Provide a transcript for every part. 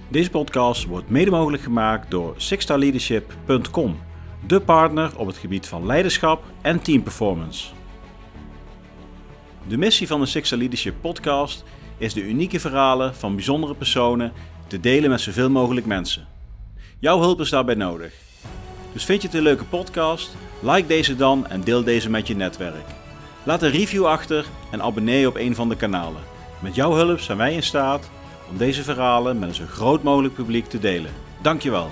Deze podcast wordt mede mogelijk gemaakt door sixstarleadership.com, de partner op het gebied van leiderschap en teamperformance. De missie van de Six Star Leadership podcast is de unieke verhalen van bijzondere personen te delen met zoveel mogelijk mensen. Jouw hulp is daarbij nodig. Dus vind je het een leuke podcast? Like deze dan en deel deze met je netwerk. Laat een review achter en abonneer je op een van de kanalen. Met jouw hulp zijn wij in staat om deze verhalen met een zo groot mogelijk publiek te delen. Dankjewel.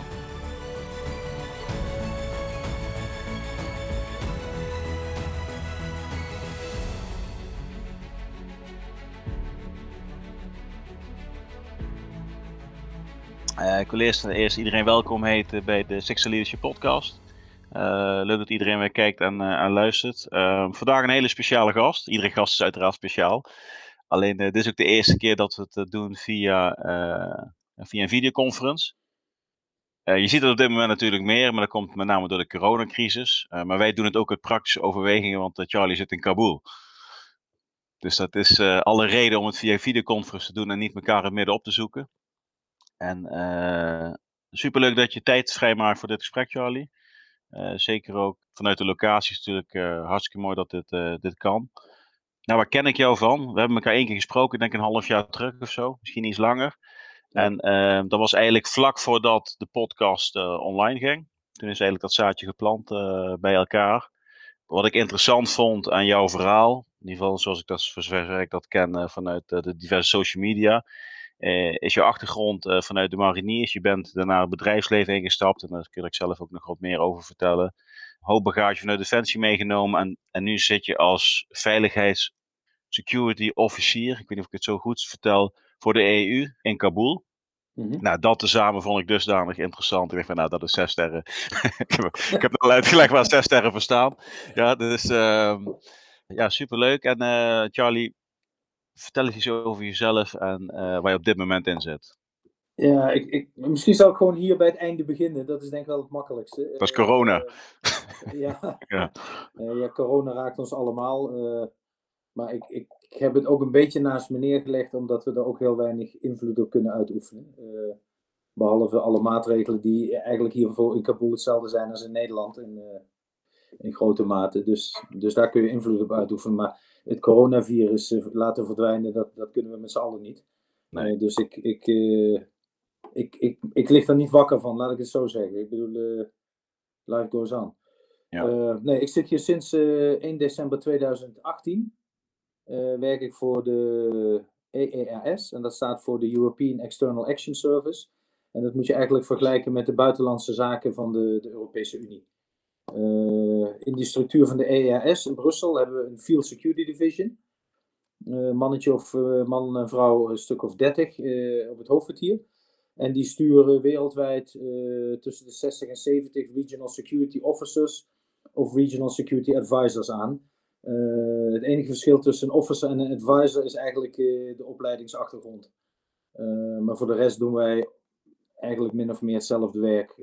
Ik wil eerst iedereen welkom heten bij de Six Star Leadership podcast. Leuk dat iedereen weer kijkt en luistert. Vandaag een hele speciale gast. Iedere gast is uiteraard speciaal. Alleen dit is ook de eerste keer dat we het doen via een videoconference. Je ziet het op dit moment natuurlijk meer, maar dat komt met name door de coronacrisis. Maar wij doen het ook uit praktische overwegingen, want Charlie zit in Kabul. Dus dat is alle reden om het via videoconference te doen en niet elkaar in het midden op te zoeken. En superleuk dat je tijd vrijmaakt voor dit gesprek, Charlie. Zeker ook vanuit de locatie is natuurlijk hartstikke mooi dat dit kan. Nou, waar ken ik jou van? We hebben elkaar 1 keer gesproken, denk ik een half jaar terug of zo. Misschien iets langer. Ja. En dat was eigenlijk vlak voordat de podcast online ging. Toen is eigenlijk dat zaadje geplant bij elkaar. Wat ik interessant vond aan jouw verhaal, in ieder geval zoals ik dat, voor zover ik dat ken vanuit de diverse social media, is je achtergrond vanuit de mariniers. Je bent daarna het bedrijfsleven ingestapt en daar kun ik zelf ook nog wat meer over vertellen. Een hoop bagage vanuit Defensie meegenomen en nu zit je als security officier, ik weet niet of ik het zo goed vertel, voor de EU in Kabul. Mm-hmm. Nou, dat tezamen vond ik dusdanig interessant. Ik dacht van, nou, dat is 6 sterren. ik heb al uitgelegd waar 6 sterren voor staan. Ja, dus ja, superleuk. En Charlie, vertel eens iets over jezelf en waar je op dit moment in zit. Ja, misschien zal ik gewoon hier bij het einde beginnen. Dat is denk ik wel het makkelijkste. Dat is corona. Ja. Ja, corona raakt ons allemaal. Maar ik heb het ook een beetje naast me neergelegd, omdat we er ook heel weinig invloed op kunnen uitoefenen. Behalve alle maatregelen die eigenlijk hiervoor in Kabul hetzelfde zijn als in Nederland in grote mate. Dus daar kun je invloed op uitoefenen. Maar het coronavirus laten verdwijnen, dat kunnen we met z'n allen niet. Nee. Dus ik lig er niet wakker van, laat ik het zo zeggen. Ik bedoel, life goes on. Ja. Nee, ik zit hier sinds 1 december 2018. Werk ik voor de EEAS. En dat staat voor de European External Action Service. En dat moet je eigenlijk vergelijken met de buitenlandse zaken van de Europese Unie. In die structuur van de EEAS in Brussel hebben we een Field Security Division. Mannetje of man en vrouw, een stuk of 30 op het hoofdkwartier. En die sturen wereldwijd tussen de 60 en 70 Regional Security Officers of Regional Security Advisors aan. Het enige verschil tussen een officer en een advisor is eigenlijk de opleidingsachtergrond. Maar voor de rest doen wij eigenlijk min of meer hetzelfde werk.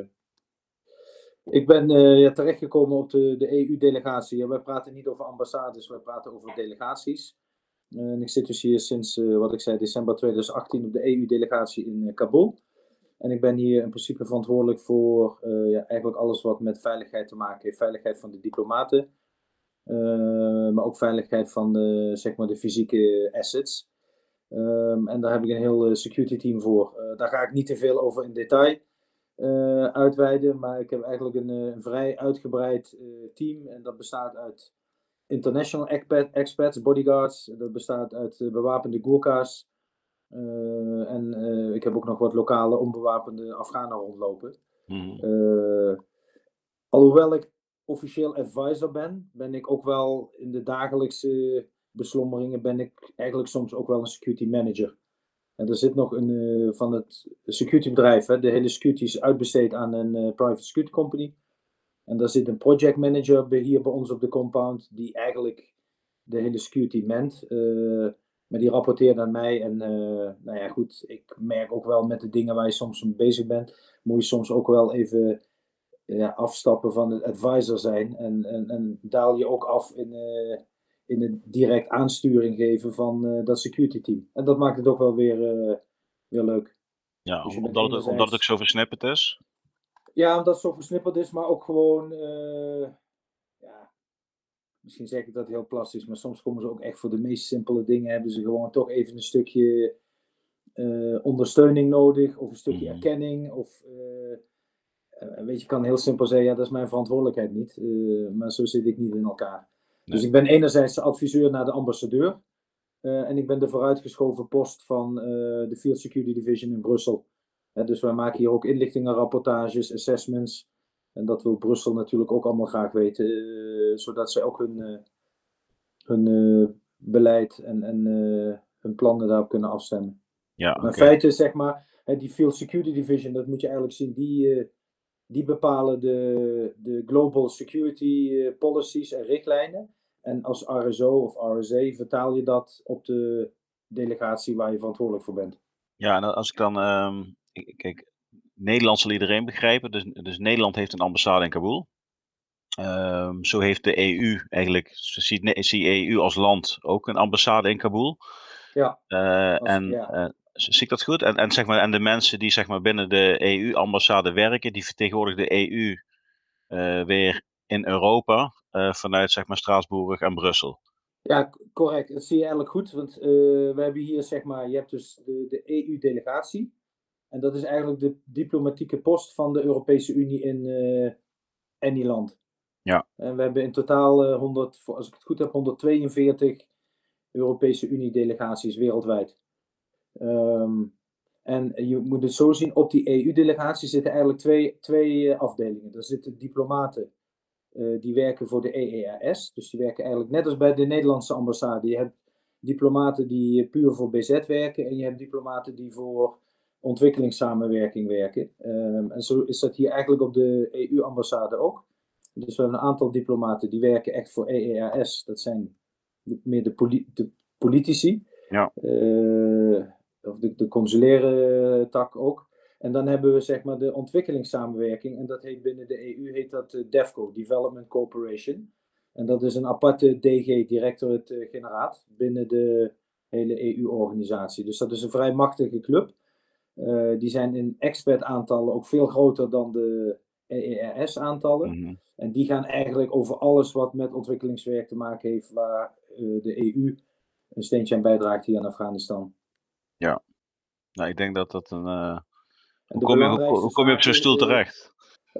Ik ben terechtgekomen op de EU-delegatie. Ja, wij praten niet over ambassades, wij praten over delegaties. En ik zit dus hier sinds, wat ik zei, december 2018 op de EU-delegatie in Kabul. En ik ben hier in principe verantwoordelijk voor eigenlijk alles wat met veiligheid te maken heeft. Veiligheid van de diplomaten, maar ook veiligheid van zeg maar de fysieke assets. En daar heb ik een heel security team voor. Daar ga ik niet te veel over in detail uitweiden, maar ik heb eigenlijk een vrij uitgebreid team. En dat bestaat uit international expats, bodyguards. Dat bestaat uit bewapende Gurkha's. En ik heb ook nog wat lokale onbewapende Afghanen rondlopen. Mm-hmm. Alhoewel ik officieel advisor ben ik ook wel in de dagelijkse beslommeringen ben ik eigenlijk soms ook wel een security manager. En er zit nog een van het security bedrijf, de hele security is uitbesteed aan een private security company. En daar zit een project manager hier bij ons op de compound die eigenlijk de hele security mant. Maar die rapporteert aan mij en nou ja goed, ik merk ook wel met de dingen waar je soms mee bezig bent, moet je soms ook wel even afstappen van het advisor zijn en daal je ook af in het direct aansturing geven van dat security team. En dat maakt het ook wel weer leuk. Ja, Dus je bent omdat het ook enerzijds... zo versnipperd is. Ja, omdat het zo versnipperd is, maar ook gewoon... ja, misschien zeg ik dat heel plastisch, maar soms komen ze ook echt voor de meest simpele dingen. Hebben ze gewoon toch even een stukje ondersteuning nodig. Of een stukje erkenning. Of... weet je, ik kan heel simpel zeggen, ja, dat is mijn verantwoordelijkheid niet. Maar zo zit ik niet in elkaar. Nee. Dus ik ben enerzijds de adviseur naar de ambassadeur. En ik ben de vooruitgeschoven post van de Field Security Division in Brussel. Dus wij maken hier ook inlichtingenrapportages, assessments. En dat wil Brussel natuurlijk ook allemaal graag weten. Zodat zij ook hun beleid en hun plannen daarop kunnen afstemmen. Ja, Maar in feite, zeg maar, die Field Security Division, dat moet je eigenlijk zien, die bepalen de global security policies en richtlijnen. En als RSO of RSA vertaal je dat op de delegatie waar je verantwoordelijk voor bent. Ja, en als ik dan... kijk, Nederland zal iedereen begrijpen. Dus Nederland heeft een ambassade in Kabul. Zo heeft de EU eigenlijk... Ziet de EU als land ook een ambassade in Kabul. Ja. Zie ik dat goed? En, zeg maar, en de mensen die zeg maar, binnen de EU-ambassade werken, die vertegenwoordigen de EU weer in Europa vanuit zeg maar, Straatsburg en Brussel. Ja, correct. Dat zie je eigenlijk goed. Want we hebben hier, zeg maar, je hebt dus de EU-delegatie. En dat is eigenlijk de diplomatieke post van de Europese Unie in any land. Ja. En we hebben in totaal als ik het goed heb, 142 Europese Unie-delegaties wereldwijd. En je moet het zo zien, op die EU-delegatie zitten eigenlijk twee afdelingen. Daar zitten diplomaten die werken voor de EEAS. Dus die werken eigenlijk net als bij de Nederlandse ambassade. Je hebt diplomaten die puur voor BZ werken en je hebt diplomaten die voor ontwikkelingssamenwerking werken. En zo is dat hier eigenlijk op de EU-ambassade ook. Dus we hebben een aantal diplomaten die werken echt voor EEAS. Dat zijn meer de politici. Ja. Of de consulaire tak ook. En dan hebben we zeg maar de ontwikkelingssamenwerking. En dat heet binnen de EU heet dat DEFCO, Development Cooperation. En dat is een aparte DG, directorate-generaat, binnen de hele EU-organisatie. Dus dat is een vrij machtige club. Die zijn in expert-aantallen ook veel groter dan de EEAS-aantallen. Mm-hmm. En die gaan eigenlijk over alles wat met ontwikkelingswerk te maken heeft, waar de EU een steentje aan bijdraagt hier in Afghanistan. Ja, nou, ik denk dat dat een... Hoe kom je op zo'n stoel terecht?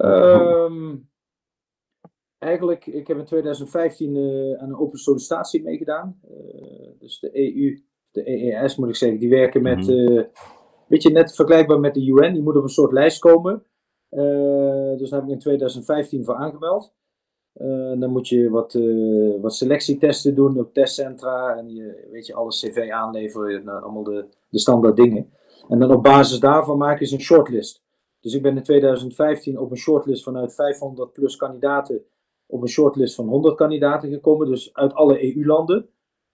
Eigenlijk, ik heb in 2015 aan een open sollicitatie meegedaan. Dus de EU, de EEAS moet ik zeggen, die werken met, weet je, net vergelijkbaar met de UN. Die moet op een soort lijst komen. Dus daar heb ik in 2015 voor aangemeld. Dan moet je wat selectietesten doen op testcentra. En weet je, alles cv aanleveren. Allemaal de standaard dingen. En dan op basis daarvan maken ze een shortlist. Dus ik ben in 2015 op een shortlist vanuit 500 plus kandidaten op een shortlist van 100 kandidaten gekomen. Dus uit alle EU-landen.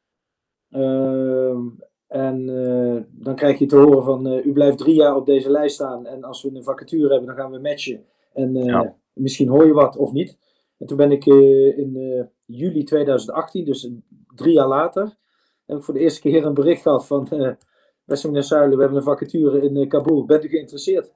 Dan krijg je te horen van u blijft 3 jaar op deze lijst staan. En als we een vacature hebben, dan gaan we matchen. En misschien hoor je wat of niet. En toen ben ik in juli 2018, dus 3 jaar later, heb ik voor de eerste keer een bericht gehad van beste meneer Suijlen, we hebben een vacature in Kabul. Bent u geïnteresseerd?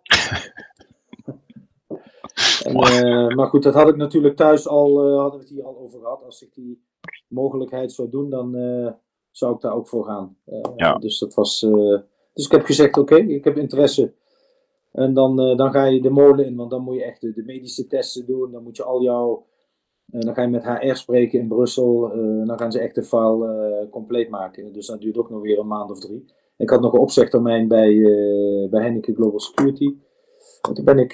Maar goed, dat had ik natuurlijk thuis al, hadden we het hier al over gehad. Als ik die mogelijkheid zou doen, dan zou ik daar ook voor gaan. Dus dat was. Dus ik heb gezegd, oké, ik heb interesse. En dan ga je de molen in, want dan moet je echt de medische testen doen. Dan moet je al jouw. Dan ga je met HR spreken in Brussel. Dan gaan ze echt de file compleet maken. Dus dat duurt ook nog weer een maand of 3. Ik had nog een opzegtermijn bij Heineken Global Security. En toen ben ik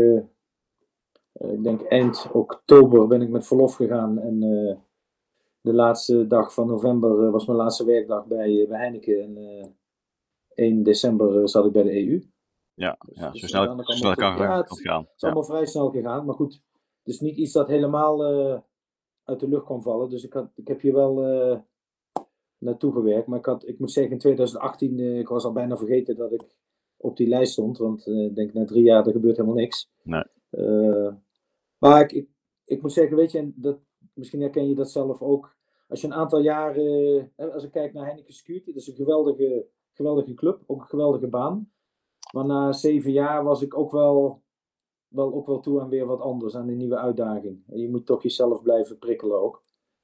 denk eind oktober ben ik met verlof gegaan. En de laatste dag van november was mijn laatste werkdag bij Heineken. En 1 december zat ik bij de EU. Ja, dus zo snel kan het gaan. Het is allemaal vrij snel gegaan. Maar goed, het is niet iets dat helemaal uit de lucht kon vallen. Dus ik heb hier wel naartoe gewerkt. Maar ik moet zeggen, in 2018, ik was al bijna vergeten dat ik op die lijst stond. Want ik denk na 3 jaar, er gebeurt helemaal niks. Nee. Maar ik moet zeggen, weet je, misschien herken je dat zelf ook. Als je een aantal jaren, als ik kijk naar Heineken Security, dat is een geweldige club, ook een geweldige baan. Maar na 7 jaar was ik ook wel toe aan weer wat anders, aan een nieuwe uitdaging. En je moet toch jezelf blijven prikkelen ook.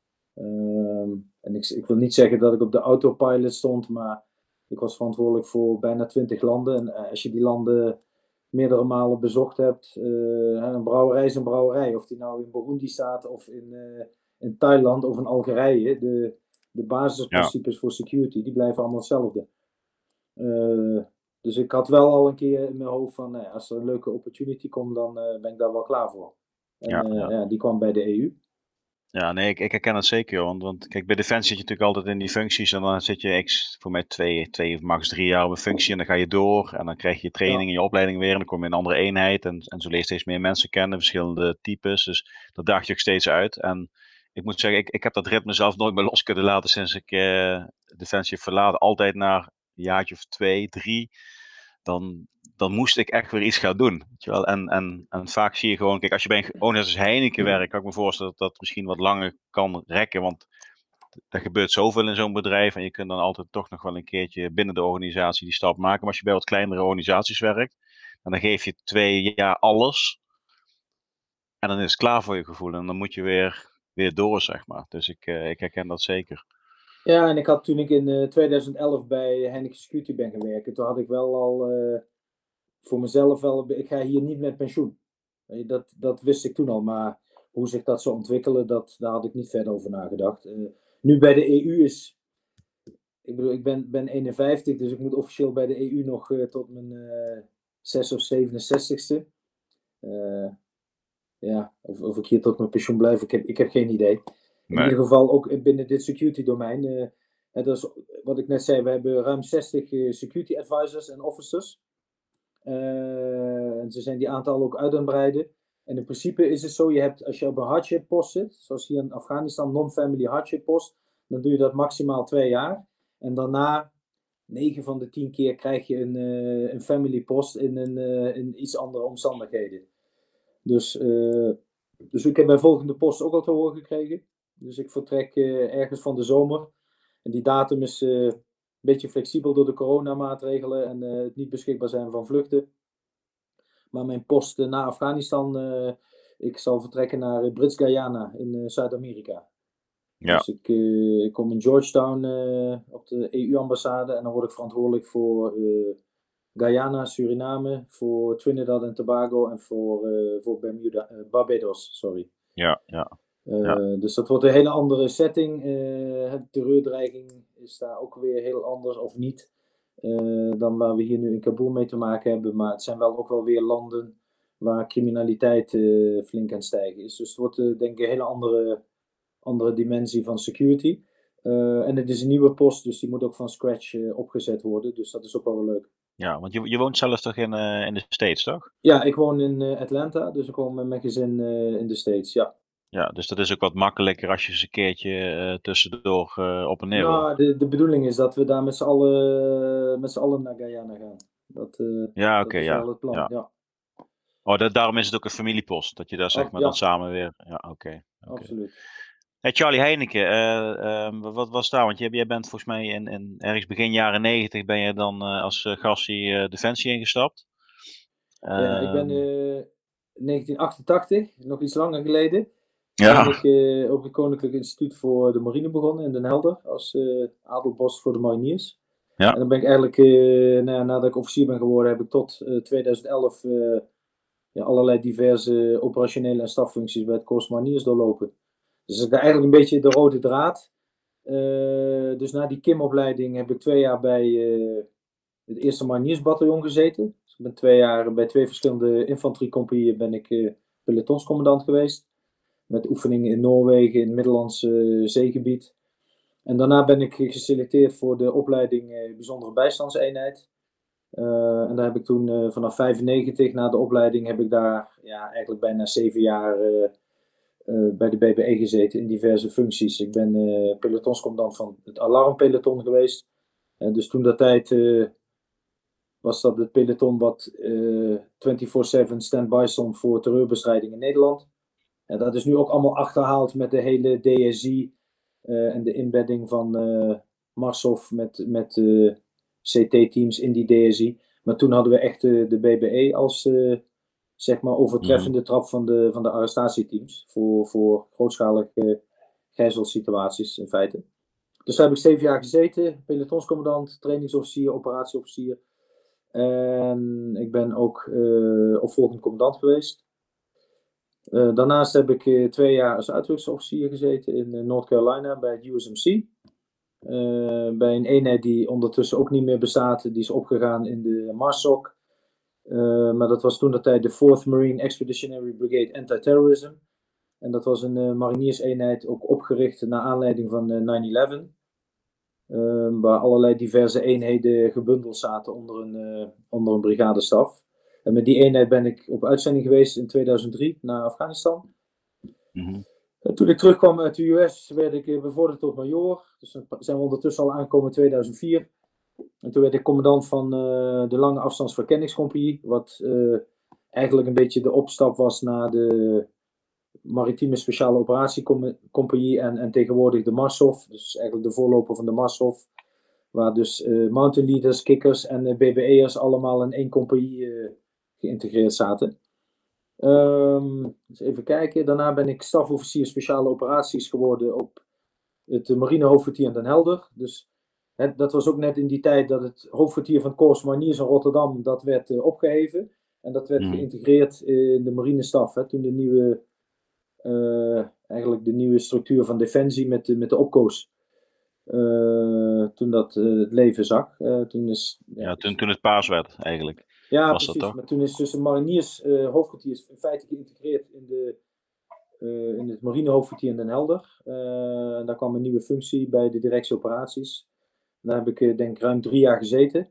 En ik wil niet zeggen dat ik op de autopilot stond, maar ik was verantwoordelijk voor bijna 20 landen. En als je die landen meerdere malen bezocht hebt, een brouwerij is een brouwerij. Of die nou in Burundi staat of in Thailand of in Algerije. De basisprincipes voor security, die blijven allemaal hetzelfde. Dus ik had wel al een keer in mijn hoofd van, als er een leuke opportunity komt, dan ben ik daar wel klaar voor. En die kwam bij de EU. Ja, nee, ik herken het zeker, joh. Want kijk, bij Defensie zit je natuurlijk altijd in die functies. En dan zit je voor mij 2 of max 3 jaar op een functie. En dan ga je door. En dan krijg je training en je opleiding weer. En dan kom je in een andere eenheid. En zo leer je steeds meer mensen kennen, verschillende types. Dus dat daagt je ook steeds uit. En ik moet zeggen, ik heb dat ritme zelf nooit meer los kunnen laten sinds ik Defensie heb verlaten. Altijd na een jaartje of 2, 3. Dan moest ik echt weer iets gaan doen. Weet je wel? En vaak zie je gewoon, kijk, als je bij een organisatie als Heineken werkt, kan ik me voorstellen dat dat misschien wat langer kan rekken. Want er gebeurt zoveel in zo'n bedrijf. En je kunt dan altijd toch nog wel een keertje binnen de organisatie die stap maken. Maar als je bij wat kleinere organisaties werkt, dan geef je 2 jaar alles. En dan is het klaar voor je gevoel. En dan moet je weer door, zeg maar. Dus ik herken dat zeker. Ja, en ik had toen ik in 2011 bij Heineken Security ben gaan werken, toen had ik wel al voor mezelf wel, ik ga hier niet met pensioen. Dat wist ik toen al, maar hoe zich dat zou ontwikkelen, daar had ik niet verder over nagedacht. Nu bij de EU ik bedoel, ik ben 51, dus ik moet officieel bij de EU nog tot mijn 6 of 67ste. Ja, of ik hier tot mijn pensioen blijf, ik heb geen idee. In ieder geval ook binnen dit security domein. Dat is wat ik net zei, we hebben ruim 60 security advisors en officers. En ze zijn die aantal ook uit aan het breiden. En in principe is het zo, als je op een hardship post zit, zoals hier in Afghanistan, non-family hardship post, dan doe je dat maximaal 2 jaar. En daarna, 9 van de 10 keer krijg je een family post in iets andere omstandigheden. Dus ik heb mijn volgende post ook al te horen gekregen. Dus ik vertrek ergens van de zomer. En die datum is een beetje flexibel door de coronamaatregelen en het niet beschikbaar zijn van vluchten. Maar mijn post na Afghanistan, ik zal vertrekken naar Brits-Guyana in Zuid-Amerika. Ja. Dus ik kom in Georgetown op de EU-ambassade en dan word ik verantwoordelijk voor Guyana, Suriname, voor Trinidad en Tobago en voor Barbados, sorry. Ja. Dus dat wordt een hele andere setting. De terreurdreiging is daar ook weer heel anders of niet dan waar we hier nu in Kabul mee te maken hebben. Maar het zijn wel ook wel weer landen waar criminaliteit flink aan het stijgen is. Dus het wordt denk ik een hele andere dimensie van security. En het is een nieuwe post, dus die moet ook van scratch opgezet worden. Dus dat is ook wel leuk. Ja, want je woont zelf toch in de States, toch? Ja, ik woon in Atlanta, dus ik woon met mijn gezin in de States, ja. Ja, dus dat is ook wat makkelijker als je eens een keertje tussendoor op en neer wil. Nou, de bedoeling is dat we daar met z'n allen naar Guyana gaan. Dat is wel het plan, ja. Oh, daarom is het ook een familiepost, dat je daar zeg maar dan samen weer... Ja, oké. Absoluut. Hey, Charlie Heineken, wat was daar? Want jij bent volgens mij in ergens begin jaren 90 ben je dan als gastie Defensie ingestapt. Ja, ik ben 1988, nog iets langer geleden. Ja. Ben ik op het Koninklijk Instituut voor de Marine begonnen in Den Helder als adelborst voor de mariniers. Ja. En dan ben ik eigenlijk, nadat ik officier ben geworden, heb ik tot 2011 allerlei diverse operationele en staffuncties bij het Korps Mariniers doorlopen. Dus dat is eigenlijk een beetje de rode draad. Dus na die KIM-opleiding heb ik 2 jaar bij het eerste Mariniersbataljon gezeten. Dus ik ben 2 jaar bij 2 verschillende infanteriecompagnieën ben ik pelotonscommandant geweest. Met oefeningen in Noorwegen, in het Middellandse zeegebied. En daarna ben ik geselecteerd voor de opleiding Bijzondere Bijstandseenheid. En daar heb ik toen vanaf 1995 na de opleiding heb ik daar eigenlijk bijna 7 jaar bij de BBE gezeten in diverse functies. Ik ben pelotonscommandant van het alarmpeloton geweest. Dus toen dat tijd was dat het peloton wat 24/7 stand-by stond voor terreurbestrijding in Nederland. En dat is nu ook allemaal achterhaald met de hele DSI en de inbedding van Marshof met CT-teams in die DSI. Maar toen hadden we echt de BBE als zeg maar overtreffende trap van de arrestatieteams voor grootschalige gijzelsituaties in feite. Dus daar heb ik 7 jaar gezeten, pelotonscommandant, trainingsofficier, operatieofficier. En ik ben ook opvolgend commandant geweest. Daarnaast heb ik 2 jaar als uitrustofficier gezeten in North Carolina bij het USMC. Bij een eenheid die ondertussen ook niet meer bestaat. Die is opgegaan in de MARSOC. Maar dat was toen de tijd de 4th Marine Expeditionary Brigade Anti-Terrorism. En dat was een marinierseenheid ook opgericht naar aanleiding van 9/11. Waar allerlei diverse eenheden gebundeld zaten onder een brigadestaf. En met die eenheid ben ik op uitzending geweest in 2003 naar Afghanistan. En toen ik terugkwam uit de US werd ik bevorderd tot major. Dus dan zijn we ondertussen al aangekomen in 2004. En toen werd ik commandant van de Lange Afstandsverkenningscompagnie. Wat eigenlijk een beetje de opstap was naar de Maritieme Speciale Operatiecompagnie en tegenwoordig de MARSOF. Dus eigenlijk de voorloper van de MARSOF. Waar dus mountain leaders, kikkers en BBE'ers allemaal in één compagnie geïntegreerd zaten. Dus even kijken. Daarna ben ik stafofficier speciale operaties geworden op het marinehoofdkwartier in Den Helder. Dus dat was ook net in die tijd dat het hoofdkwartier van Corps Mariniers in Rotterdam, dat werd opgeheven. En dat werd geïntegreerd in de marinestaf. Toen eigenlijk de nieuwe structuur van Defensie met de opkoos. Toen dat het leven zag. Toen het paars werd eigenlijk. Ja, was precies. Dat, maar toen is dus een mariniers hoofdkwartier in feite geïntegreerd in het marinehoofdkwartier in Den Helder. En daar kwam een nieuwe functie bij de directie operaties. Daar heb ik denk ik ruim 3 jaar gezeten.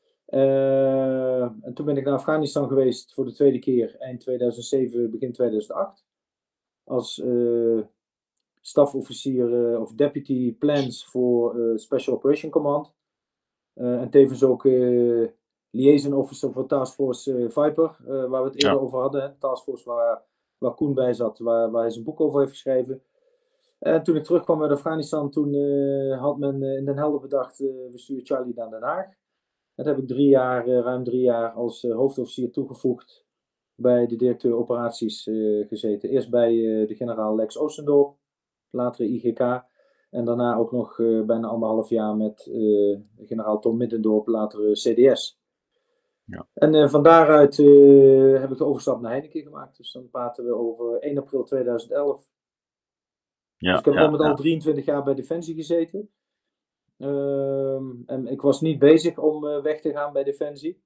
En toen ben ik naar Afghanistan geweest voor de tweede keer eind 2007, begin 2008. Als stafofficier of deputy plans voor Special Operation Command. En tevens ook liaison officer voor Task Force Viper, waar we het eerder over hadden. Hè? Task Force waar Koen bij zat, waar hij zijn boek over heeft geschreven. En toen ik terugkwam uit Afghanistan, toen had men in Den Helder bedacht, we sturen Charlie naar Den Haag. Dat heb ik ruim 3 jaar als hoofdofficier toegevoegd bij de directeur operaties gezeten. Eerst bij de generaal Lex Oostendorp, later IGK. En daarna ook nog bijna 1,5 jaar met generaal Tom Middendorp, later CDS. Ja. En van daaruit heb ik de overstap naar Heineken gemaakt. Dus dan praten we over 1 april 2011. Ja, dus ik heb al met al 23 jaar bij Defensie gezeten. En ik was niet bezig om weg te gaan bij Defensie.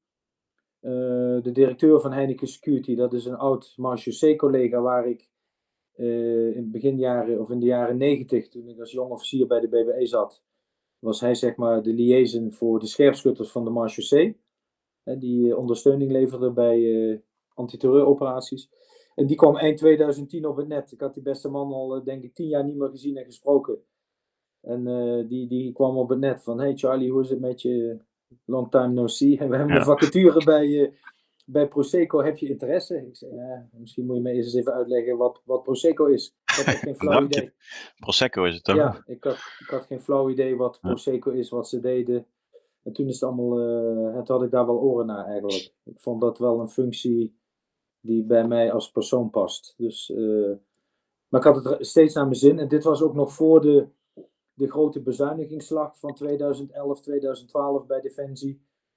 De directeur van Heineken Security, dat is een oud marechaussee-collega waar ik in de jaren 90, toen ik als jong officier bij de BBE zat, was hij zeg maar de liaison voor de scherpschutters van de marechaussee. Die ondersteuning leverde bij antiterreuroperaties. En die kwam eind 2010 op het net. Ik had die beste man al denk ik 10 jaar niet meer gezien en gesproken. En die kwam op het net van, hey Charlie, hoe is het met je? Long time no see. En we hebben een vacature bij Proseco, heb je interesse? Ik zei, misschien moet je me eens even uitleggen wat Proseco is. Ik had echt geen flauw idee. Prosecco is het toch? Ja, ik had geen flauw idee wat Proseco is, wat ze deden. En toen is het allemaal, toen had ik daar wel oren naar eigenlijk. Ik vond dat wel een functie die bij mij als persoon past. Dus, maar ik had het steeds naar mijn zin. En dit was ook nog voor de grote bezuinigingsslag van 2011, 2012 bij Defensie.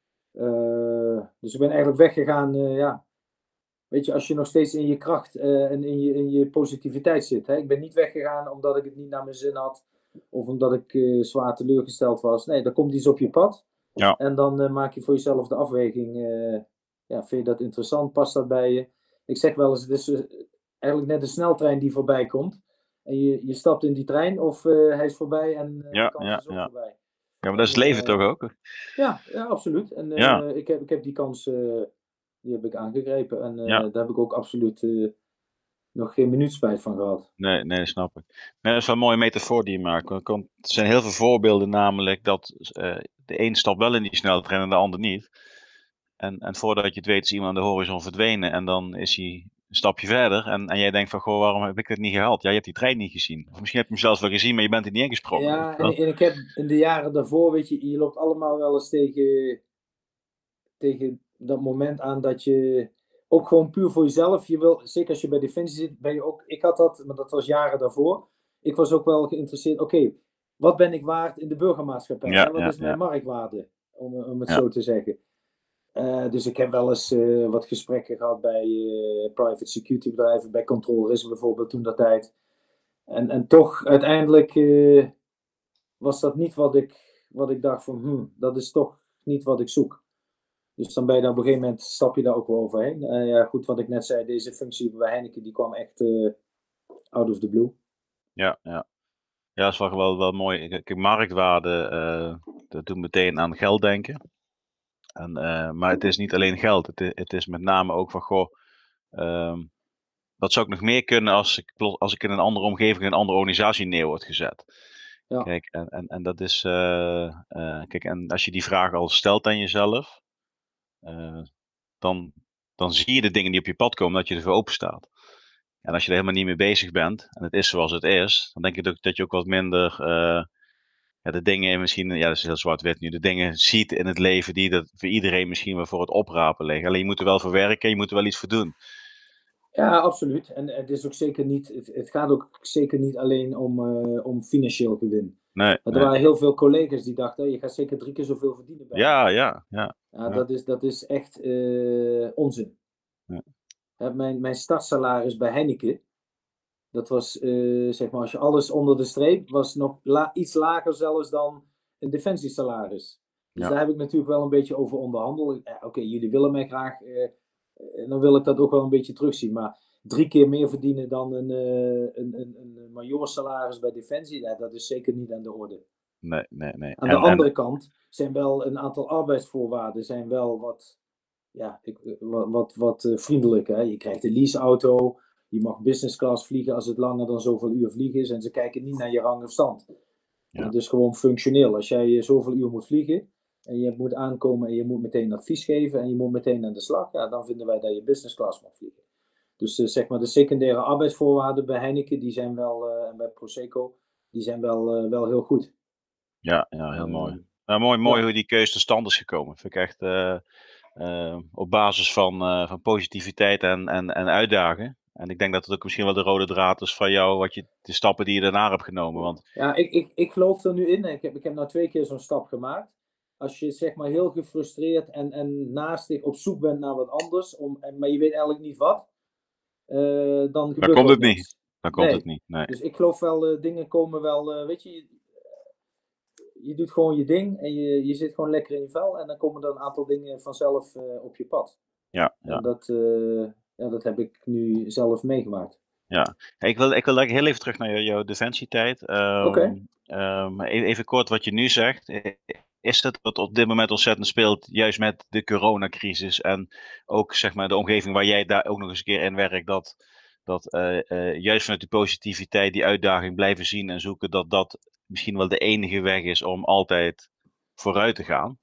Dus ik ben eigenlijk weggegaan, weet je, als je nog steeds in je kracht en in je positiviteit zit. Hè? Ik ben niet weggegaan omdat ik het niet naar mijn zin had. Of omdat ik zwaar teleurgesteld was. Nee, er komt iets op je pad. Ja. En dan maak je voor jezelf de afweging. Vind je dat interessant? Past dat bij je? Ik zeg wel eens, het is eigenlijk net een sneltrein die voorbij komt. En je stapt in die trein of hij is voorbij en de kans is ook voorbij. Ja, maar dat is het leven toch ook? Ja, absoluut. En ik heb die kans, die heb ik aangegrepen. En daar heb ik ook absoluut nog geen minuut spijt van gehad. Nee, dat snap ik. Nee, dat is wel een mooie metafoor die je maakt. Er zijn heel veel voorbeelden namelijk dat de een stapt wel in die sneltrein en de ander niet. En voordat je het weet is iemand aan de horizon verdwenen en dan is hij een stapje verder. En jij denkt van, goh, waarom heb ik het niet gehaald? Ja, je hebt die trein niet gezien. Of misschien heb je hem zelfs wel gezien, maar je bent er niet ingesprongen. Ja, en ik heb in de jaren daarvoor, weet je loopt allemaal wel eens tegen tegen dat moment aan dat je ook gewoon puur voor jezelf, je wil, zeker als je bij Defensie zit, ben je ook, ik had dat, maar dat was jaren daarvoor. Ik was ook wel geïnteresseerd, oké, wat ben ik waard in de burgermaatschappij? Ja, Hè? Wat ja, is mijn ja. marktwaarde, om het Ja. zo te zeggen. Dus ik heb wel eens wat gesprekken gehad bij private security bedrijven, bij Control Risk bijvoorbeeld toen dat tijd. En toch uiteindelijk was dat niet wat ik dacht van, dat is toch niet wat ik zoek. Dus dan ben je daar op een gegeven moment, stap je daar ook wel overheen. Ja, goed, wat ik net zei, deze functie bij Heineken, die kwam echt out of the blue. Ja, ja. Ja, dat is wel mooi. Kijk, marktwaarde, dat doet meteen aan geld denken. Maar het is niet alleen geld. Het is met name ook van, goh, wat zou ik nog meer kunnen als ik in een andere omgeving, in een andere organisatie neer word gezet? Ja. Kijk, en dat is, kijk, en als je die vraag al stelt aan jezelf, dan zie je de dingen die op je pad komen, dat je ervoor open staat. En als je er helemaal niet mee bezig bent, en het is zoals het is, dan denk ik dat je ook wat minder de dingen misschien, ja, dat is heel zwart-wit nu, de dingen ziet in het leven die dat voor iedereen misschien wel voor het oprapen liggen. Alleen je moet er wel voor werken, je moet er wel iets voor doen. Ja, absoluut. En het is ook zeker niet, het gaat ook zeker niet alleen om financieel gewin. Nee, Er waren heel veel collega's die dachten, je gaat zeker 3 keer zoveel verdienen bij. Ja. Dat is echt onzin. Ja. Mijn startsalaris bij Heineken, dat was, zeg maar, als je alles onder de streep, was nog iets lager zelfs dan een defensiesalaris. Dus Ja. daar heb ik natuurlijk wel een beetje over onderhandeld. Oké, jullie willen mij graag, dan wil ik dat ook wel een beetje terugzien. Maar 3 keer meer verdienen dan een majoorsalaris bij Defensie, dat is zeker niet aan de orde. Nee. Aan de andere kant zijn wel een aantal arbeidsvoorwaarden zijn wel wat vriendelijker. Hè? Je krijgt een leaseauto, je mag business class vliegen als het langer dan zoveel uur vliegen is. En ze kijken niet naar je rang of stand. Ja. Dus gewoon functioneel. Als jij zoveel uur moet vliegen en je moet aankomen en je moet meteen advies geven en je moet meteen aan de slag, dan vinden wij dat je business class mag vliegen. Dus zeg maar de secundaire arbeidsvoorwaarden bij Heineken, die zijn wel, en bij Proseco, die zijn wel heel goed. Ja, heel mooi. Nou, mooi hoe die keuze tot stand is gekomen. Vind ik echt op basis van positiviteit en uitdagen. En ik denk dat het ook misschien wel de rode draad is van jou, de stappen die je daarna hebt genomen. Want ja, ik geloof er nu in. Ik heb nou 2 keer zo'n stap gemaakt. Als je zeg maar heel gefrustreerd en naastig op zoek bent naar wat anders, maar je weet eigenlijk niet wat, dan gebeurt komt er het niks. niet. Dan komt het niet. Nee. Dus ik geloof wel, dingen komen wel, weet je doet gewoon je ding en je zit gewoon lekker in je vel en dan komen er een aantal dingen vanzelf op je pad. Ja. En dat heb ik nu zelf meegemaakt. Ja, ik wil eigenlijk heel even terug naar jouw defensietijd. Oké. Even kort wat je nu zegt. Is het wat op dit moment ontzettend speelt, juist met de coronacrisis en ook zeg maar de omgeving waar jij daar ook nog eens een keer in werkt, dat juist vanuit die positiviteit, die uitdaging blijven zien en zoeken, dat misschien wel de enige weg is om altijd vooruit te gaan?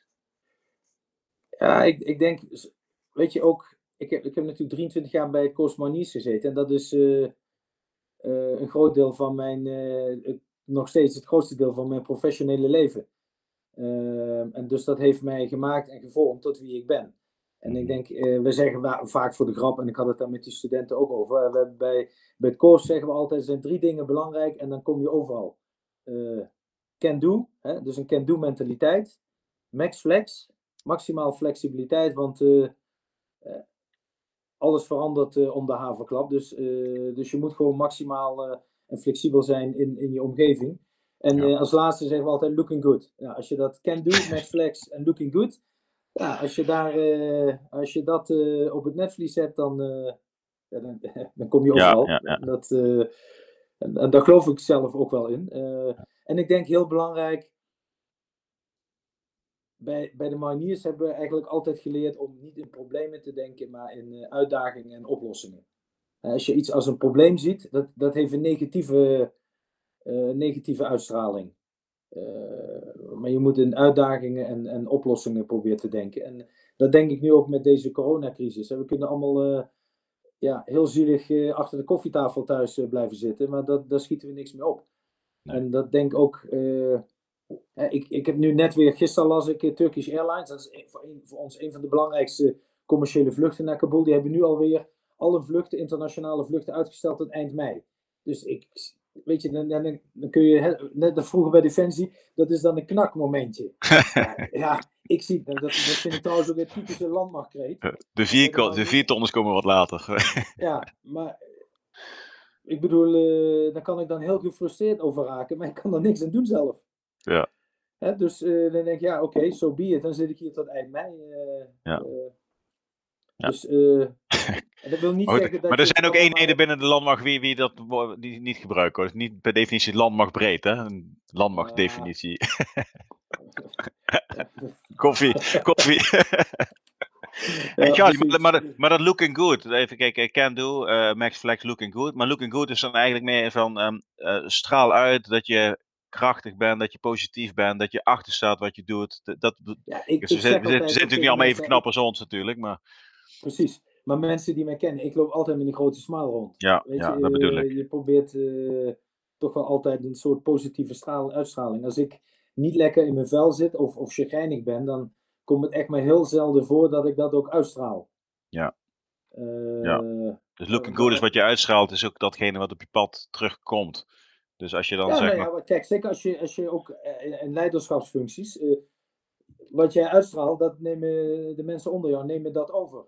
Ja, ik denk, weet je ook, ik heb natuurlijk 23 jaar bij Coast Mariniers gezeten en dat is een groot deel van mijn, nog steeds het grootste deel van mijn professionele leven. En dus dat heeft mij gemaakt en gevormd tot wie ik ben. En ik denk, we zeggen vaak voor de grap, en ik had het daar met die studenten ook over. We hebben bij het course zeggen we altijd, er zijn 3 dingen belangrijk en dan kom je overal. Can do, dus een can do mentaliteit. Max flex, maximaal flexibiliteit, want alles verandert om de haverklap. Dus je moet gewoon maximaal en flexibel zijn in je omgeving. En als laatste zeggen we altijd looking good. Ja, als je dat can do, max flex en looking good. Ja, als je dat op het netvlies zet, dan kom je overal. Ja. En daar geloof ik zelf ook wel in. En ik denk heel belangrijk, bij de mariniers hebben we eigenlijk altijd geleerd om niet in problemen te denken, maar in uitdagingen en oplossingen. Als je iets als een probleem ziet, dat heeft een negatieve uitstraling. Maar je moet in uitdagingen en oplossingen proberen te denken. En dat denk ik nu ook met deze coronacrisis. We kunnen allemaal heel zielig achter de koffietafel thuis blijven zitten, maar daar schieten we niks mee op. Nee. En dat denk ik ook, Ik heb nu net weer, gisteren las ik Turkish Airlines. Dat is voor ons een van de belangrijkste commerciële vluchten naar Kabul. Die hebben nu alweer alle vluchten, internationale vluchten, uitgesteld tot eind mei. Dus weet je, dan kun je, net als vroeger bij Defensie, dat is dan een knakmomentje. Ik zie, dat vind ik trouwens ook een typische landmachtkreet. De 4 tonners komen wat later. Ja, maar ik bedoel, daar kan ik dan heel gefrustreerd over raken, maar ik kan er niks aan doen zelf. Ja. Dus dan denk ik, ja, oké, so be it. Dan zit ik hier tot eind mei. Ja. Dus dat wil niet zeggen dat maar er zijn ook eenheden binnen de landmacht die niet gebruiken. Het is niet per definitie landmachtbreed, hè? Een landmachtdefinitie. Koffie. Hey Charlie, maar dat looking good, even kijken, can do, Max Flex looking good. Maar looking good is dan eigenlijk meer van straal uit dat je krachtig bent, dat je positief bent, dat je achter staat wat je doet. We zijn natuurlijk niet allemaal even knap als ons natuurlijk, maar... Precies, maar mensen die mij kennen, ik loop altijd met een grote smile rond. Ja, Weet ja, je, dat bedoel ik. Je probeert toch wel altijd een soort positieve uitstraling. Als ik niet lekker in mijn vel zit of chagrijnig ben, dan komt het echt maar heel zelden voor dat ik dat ook uitstraal. Ja. Dus looking good is wat je uitstraalt, is ook datgene wat op je pad terugkomt. Dus als je dan kijk, zeker als je ook in leiderschapsfuncties, wat jij uitstraalt, dat nemen de mensen onder jou nemen dat over.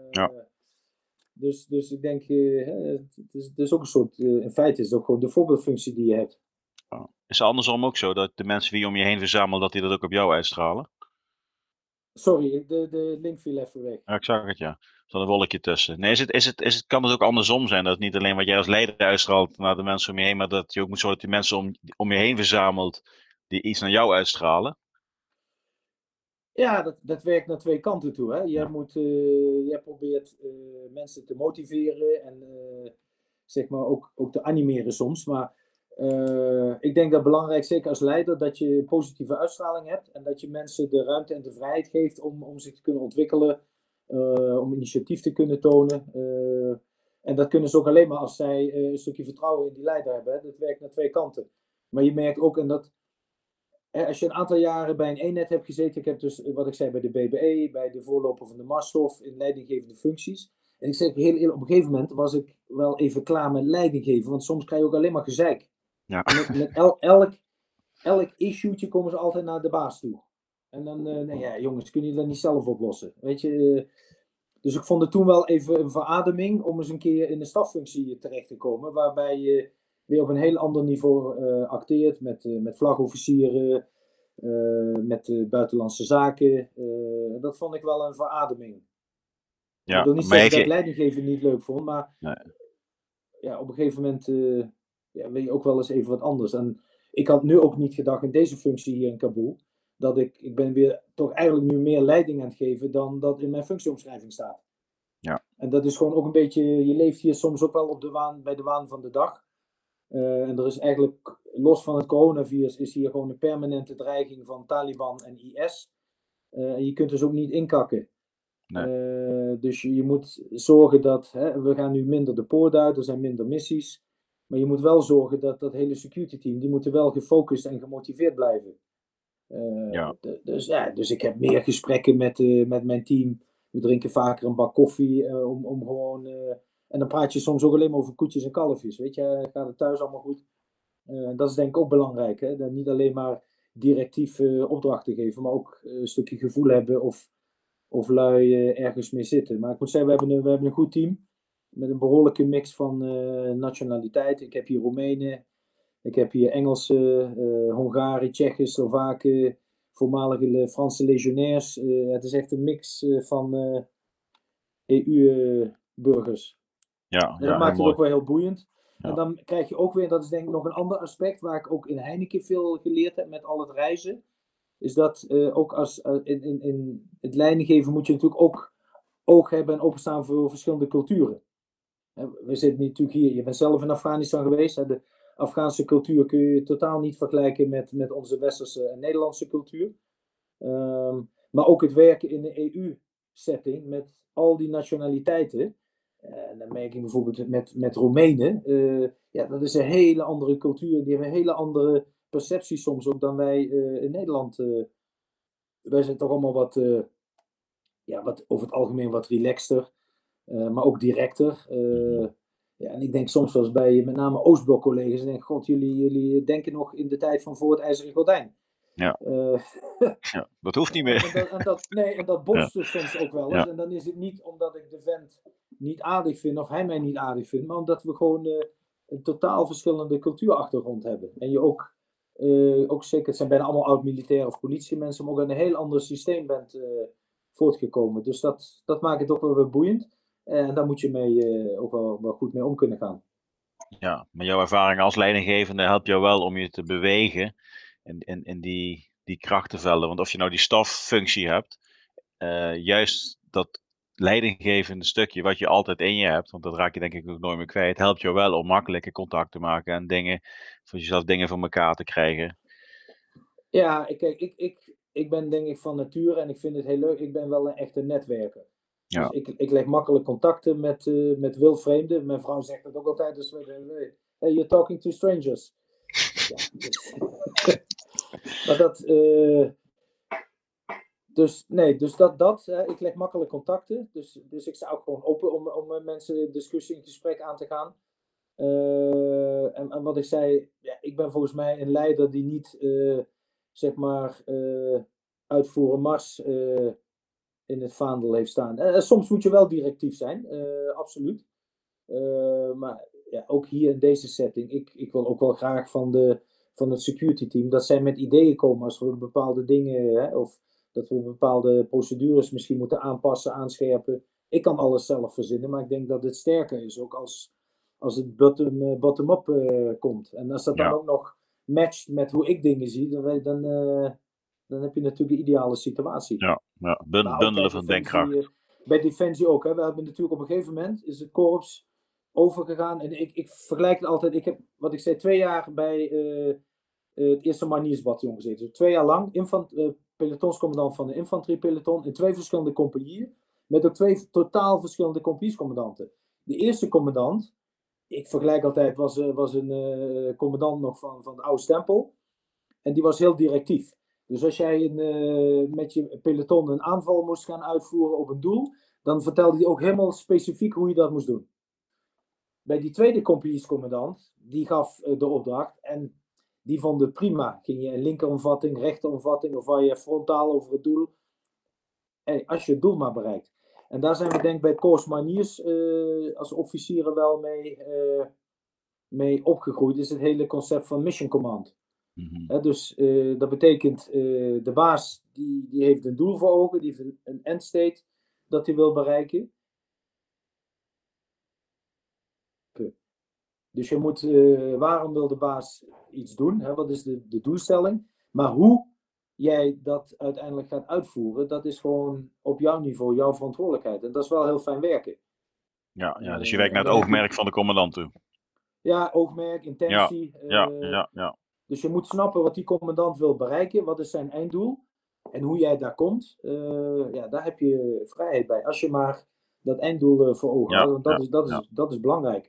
Dus ik denk, het is ook een soort, in feite is het ook gewoon de voorbeeldfunctie die je hebt. Is het andersom ook zo, dat de mensen die je om je heen verzamelen, dat die dat ook op jou uitstralen? Sorry, de link viel even weg. Ja, ik zag het, ja. Er zat een wolkje tussen. Nee, kan het ook andersom zijn? Dat het niet alleen wat jij als leider uitstraalt naar de mensen om je heen, maar dat je ook moet zorgen dat die mensen om je heen verzamelt die iets naar jou uitstralen? Ja, dat werkt naar twee kanten toe. Hè? Jij probeert mensen te motiveren en zeg maar ook te animeren soms. Maar ik denk dat belangrijk, zeker als leider, dat je positieve uitstraling hebt. En dat je mensen de ruimte en de vrijheid geeft om zich te kunnen ontwikkelen. Om initiatief te kunnen tonen. En dat kunnen ze ook alleen maar als zij een stukje vertrouwen in die leider hebben. Hè? Dat werkt naar twee kanten. Maar je merkt ook, en dat... Als je een aantal jaren bij een eenheid hebt gezeten, ik heb dus, wat ik zei, bij de BBE, bij de voorloper van de Marshof, in leidinggevende functies. En ik zeg heel eerlijk, op een gegeven moment was ik wel even klaar met leidinggeven, want soms krijg je ook alleen maar gezeik. Ja. Met elk issue'tje komen ze altijd naar de baas toe. En dan, jongens, kunnen jullie dat niet zelf oplossen? Weet je, dus ik vond het toen wel even een verademing om eens een keer in de staffunctie terecht te komen, waarbij je weer op een heel ander niveau acteert met vlagofficieren, met buitenlandse zaken. Dat vond ik wel een verademing. Ja, ik wil niet zeggen dat ik leidinggeven niet leuk vond, maar ja, op een gegeven moment wil je ook wel eens even wat anders. En ik had nu ook niet gedacht in deze functie hier in Kabul, dat ik ben weer toch eigenlijk nu meer leiding aan het geven dan dat in mijn functieomschrijving staat. Ja. En dat is gewoon ook een beetje, je leeft hier soms ook wel bij de waan van de dag. En er is eigenlijk, los van het coronavirus, is hier gewoon een permanente dreiging van Taliban en IS. En je kunt dus ook niet inkakken. Nee. Dus je moet zorgen dat, we gaan nu minder de poort uit, er zijn minder missies. Maar je moet wel zorgen dat hele security team, die moeten wel gefocust en gemotiveerd blijven. Dus ik heb meer gesprekken met mijn team. We drinken vaker een bak koffie om gewoon... En dan praat je soms ook alleen maar over koetjes en kalfjes. Weet je, gaat het thuis allemaal goed? Dat is denk ik ook belangrijk. Hè? Dat niet alleen maar directief opdrachten geven, maar ook een stukje gevoel hebben of lui ergens mee zitten. Maar ik moet zeggen, we hebben een goed team. Met een behoorlijke mix van nationaliteit. Ik heb hier Roemenen, ik heb hier Engelsen, Hongaren, Tsjechen, Slovaken, voormalige Franse legionairs. Het is echt een mix van EU-burgers. Dat maakt het ook wel heel boeiend. Ja. En dan krijg je ook weer, dat is denk ik nog een ander aspect, waar ik ook in Heineken veel geleerd heb met al het reizen, is dat ook als in het leidinggeven moet je natuurlijk ook oog hebben en openstaan voor verschillende culturen. We zitten natuurlijk hier, je bent zelf in Afghanistan geweest, de Afghaanse cultuur kun je totaal niet vergelijken met onze westerse en Nederlandse cultuur. Maar ook het werken in de EU-setting met al die nationaliteiten. En dan merk ik bijvoorbeeld met Roemenen. Dat is een hele andere cultuur. Die hebben een hele andere perceptie soms ook dan wij in Nederland. Wij zijn toch allemaal wat over het algemeen wat relaxter, maar ook directer. Ja, en ik denk soms wel eens bij met name Oostblok-collega's, en denk, god, jullie denken nog in de tijd van voor het IJzeren Gordijn. Ja. Ja, dat hoeft niet meer. En dat botst dus soms ook wel eens. Ja. En dan is het niet omdat ik de vent niet aardig vind of hij mij niet aardig vindt, maar omdat we gewoon een totaal verschillende cultuurachtergrond hebben. En je ook zeker, het zijn bijna allemaal oud-militair of politiemensen, maar ook in een heel ander systeem bent voortgekomen. Dus dat maakt het ook wel weer boeiend. En daar moet je mee ook wel goed mee om kunnen gaan. Ja, maar jouw ervaring als leidinggevende helpt jou wel om je te bewegen in die krachtenvelden. Want of je nou die staffunctie hebt, juist dat leidinggevende stukje wat je altijd in je hebt, want dat raak je denk ik ook nooit meer kwijt, helpt jou wel om makkelijke contact te maken en voor jezelf dingen voor elkaar te krijgen. Ja, kijk, ik ben denk ik van nature en ik vind het heel leuk. Ik ben wel een echte netwerker. Ja. Dus ik leg makkelijk contacten met wildvreemden. Mijn vrouw zegt dat ook altijd. Dus hey, you're talking to strangers. Ja, maar dus dat. Ik leg makkelijk contacten. Dus ik sta ook gewoon open om met mensen discussie en gesprek aan te gaan. En wat ik zei, ja, ik ben volgens mij een leider die niet, zeg maar, uitvoeren mars in het vaandel heeft staan. Soms moet je wel directief zijn, absoluut. Maar ja, ook hier in deze setting, ik wil ook wel graag van het security team dat zij met ideeën komen als we bepaalde dingen, of dat we bepaalde procedures misschien moeten aanpassen, aanscherpen. Ik kan alles zelf verzinnen, maar ik denk dat het sterker is, ook als het bottom-up komt. En als dat dan ook nog matcht met hoe ik dingen zie, dan heb je natuurlijk de ideale situatie. Ja, bundelen van denkkracht. Bij Defensie ook. Hè. We hebben natuurlijk op een gegeven moment is het korps overgegaan. En ik vergelijk het altijd. Ik heb, wat ik zei, 2 jaar bij het eerste Marniersbataljon gezeten. Dus 2 jaar lang pelotonscommandant van de infanteriepeloton in 2 verschillende compagnieën. Met ook 2 totaal verschillende compagniescommandanten. De eerste commandant, ik vergelijk altijd, was een commandant nog van de oude stempel. En die was heel directief. Dus als jij met je peloton een aanval moest gaan uitvoeren op een doel, dan vertelde hij ook helemaal specifiek hoe je dat moest doen. Bij die tweede compagniescommandant, die gaf de opdracht en die vond het prima. Ging je een linkeromvatting, rechteromvatting of waar je frontaal over het doel. Als je het doel maar bereikt. En daar zijn we denk ik bij het Corps Mariniers als officieren wel mee opgegroeid. Is het hele concept van Mission Command. Mm-hmm. Dus dat betekent de baas die heeft een doel voor ogen, die heeft een endstate dat hij wil bereiken. Dus je moet, waarom wil de baas iets doen? Hè? Wat is de doelstelling? Maar hoe jij dat uiteindelijk gaat uitvoeren, dat is gewoon op jouw niveau, jouw verantwoordelijkheid. En dat is wel heel fijn werken. Ja, dus je werkt naar het oogmerk van de commandant toe. Ja, oogmerk, intentie. Ja. Dus je moet snappen wat die commandant wil bereiken, wat is zijn einddoel en hoe jij daar komt. Daar heb je vrijheid bij. Als je maar dat einddoel voor ogen houdt, want dat is belangrijk.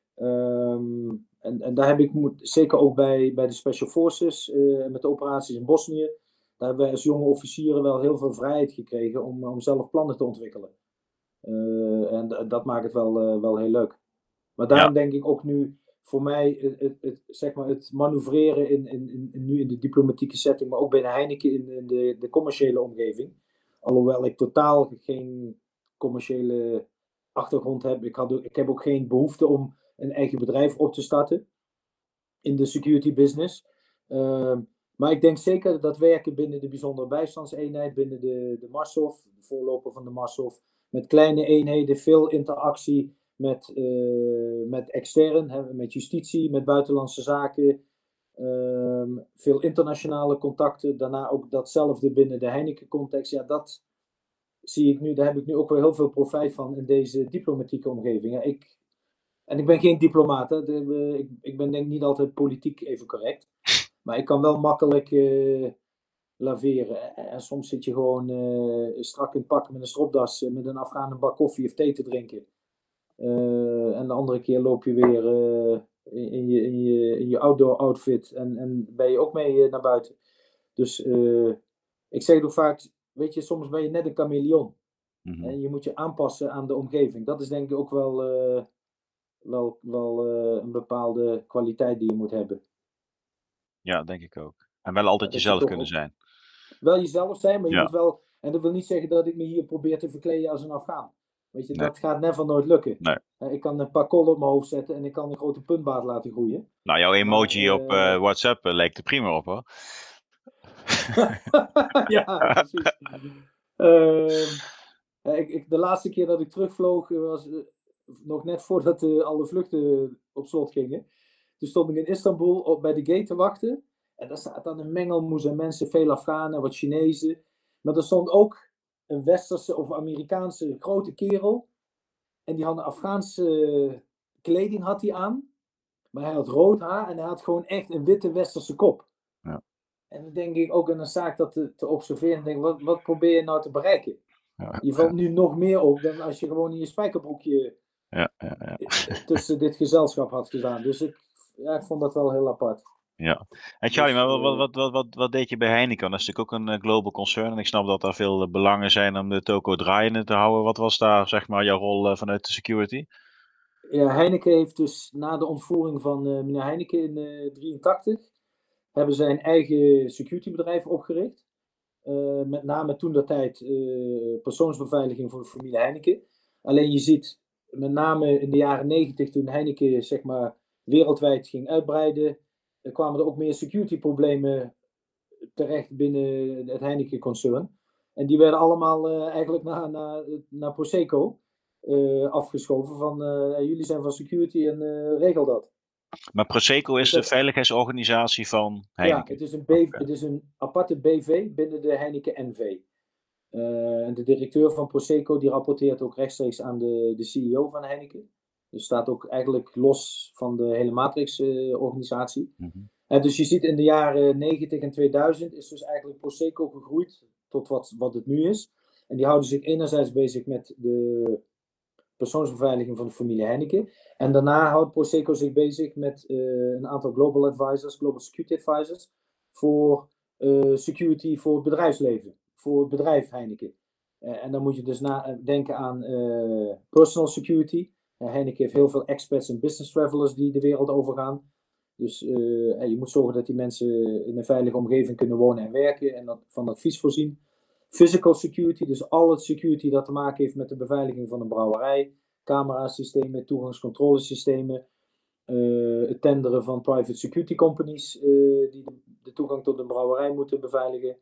En daar heb ik zeker ook bij de Special Forces, met de operaties in Bosnië, daar hebben wij als jonge officieren wel heel veel vrijheid gekregen om zelf plannen te ontwikkelen. En dat maakt het wel heel leuk. Maar daarom denk ik ook nu, voor mij, het manoeuvreren nu in de diplomatieke setting, maar ook bij de Heineken in de commerciële omgeving. Alhoewel ik totaal geen commerciële achtergrond heb. Ik heb ook geen behoefte om een eigen bedrijf op te starten in de security business. Maar ik denk zeker dat werken binnen de bijzondere bijstandseenheid, binnen de Marshof, de voorloper van de Marshof, met kleine eenheden, veel interactie met extern, met justitie, met buitenlandse zaken, veel internationale contacten, daarna ook datzelfde binnen de Heineken-context. Ja, dat zie ik nu, daar heb ik nu ook wel heel veel profijt van in deze diplomatieke omgeving. Ja, ik ben geen diplomaat, hè. Ik ben denk ik niet altijd politiek even correct, maar ik kan wel makkelijk laveren. En soms zit je gewoon strak in het pak met een stropdas, met een bak koffie of thee te drinken. En de andere keer loop je weer in je outdoor outfit en ben je ook mee naar buiten. Dus ik zeg het ook vaak, weet je, soms ben je net een chameleon. Mhm. En je moet je aanpassen aan de omgeving. Dat is denk ik ook wel een bepaalde kwaliteit die je moet hebben. Ja, denk ik ook. En wel altijd Dat je jezelf toch kunnen ook zijn. wel jezelf zijn, maar je Ja. moet wel. En dat wil niet zeggen dat ik me hier probeer te verkleden als een Afghaan. Weet je, Nee. dat gaat never nooit lukken. Nee. Ik kan een paar kollen op mijn hoofd zetten en ik kan een grote puntbaard laten groeien. Nou, jouw emoji Maar, op WhatsApp leek er prima op, hoor. ja, precies. De laatste keer dat ik terugvloog was nog net voordat alle vluchten op slot gingen. Toen stond ik in Istanbul bij de gate te wachten. En daar staat dan een mengelmoes aan mensen, veel Afghanen, wat Chinezen. Maar er stond ook een Westerse of Amerikaanse grote kerel. En die had een Afghaanse kleding had hij aan. Maar hij had rood haar en hij had gewoon echt een witte Westerse kop. Ja. En dan denk ik ook, en dan sta ik dat te observeren en denk wat probeer je nou te bereiken? Ja. Je valt nu nog meer op dan als je gewoon in je spijkerbroekje Ja. tussen dit gezelschap had gedaan. Dus ik vond dat wel heel apart. Ja. En Charlie, Dus, maar wat deed je bij Heineken? Dat is natuurlijk ook een global concern. En ik snap dat er veel belangen zijn om de toko draaiende te houden. Wat was daar, zeg maar, jouw rol vanuit de security? Ja, Heineken heeft dus na de ontvoering van meneer Heineken in 1983 hebben zij een eigen securitybedrijf opgericht. Met name toen de tijd persoonsbeveiliging voor de familie Heineken. Alleen je ziet, met name in de jaren 90 toen Heineken zeg maar wereldwijd ging uitbreiden, kwamen er ook meer security problemen terecht binnen het Heineken-concern. En die werden allemaal eigenlijk naar Prosecco afgeschoven van jullie zijn van security en regel dat. Maar Prosecco is Dus de veiligheidsorganisatie van Heineken. Ja, het is een aparte BV binnen de Heineken NV. En de directeur van Prosecco die rapporteert ook rechtstreeks aan de CEO van Heineken. Dus staat ook eigenlijk los van de hele Matrix-organisatie. Dus je ziet in de jaren 90 en 2000 is dus eigenlijk Prosecco gegroeid tot wat het nu is. En die houden zich enerzijds bezig met de persoonsbeveiliging van de familie Heineken. En daarna houdt Prosecco zich bezig met een aantal global advisors, global security advisors, voor security voor het bedrijfsleven, voor het bedrijf Heineken. En dan moet je dus denken aan personal security. Heineken heeft heel veel expats en business travelers die de wereld overgaan. Dus je moet zorgen dat die mensen in een veilige omgeving kunnen wonen en werken en van advies voorzien. Physical security, dus al het security dat te maken heeft met de beveiliging van een brouwerij, camerasystemen, toegangscontrolesystemen, het tenderen van private security companies die de toegang tot een brouwerij moeten beveiligen.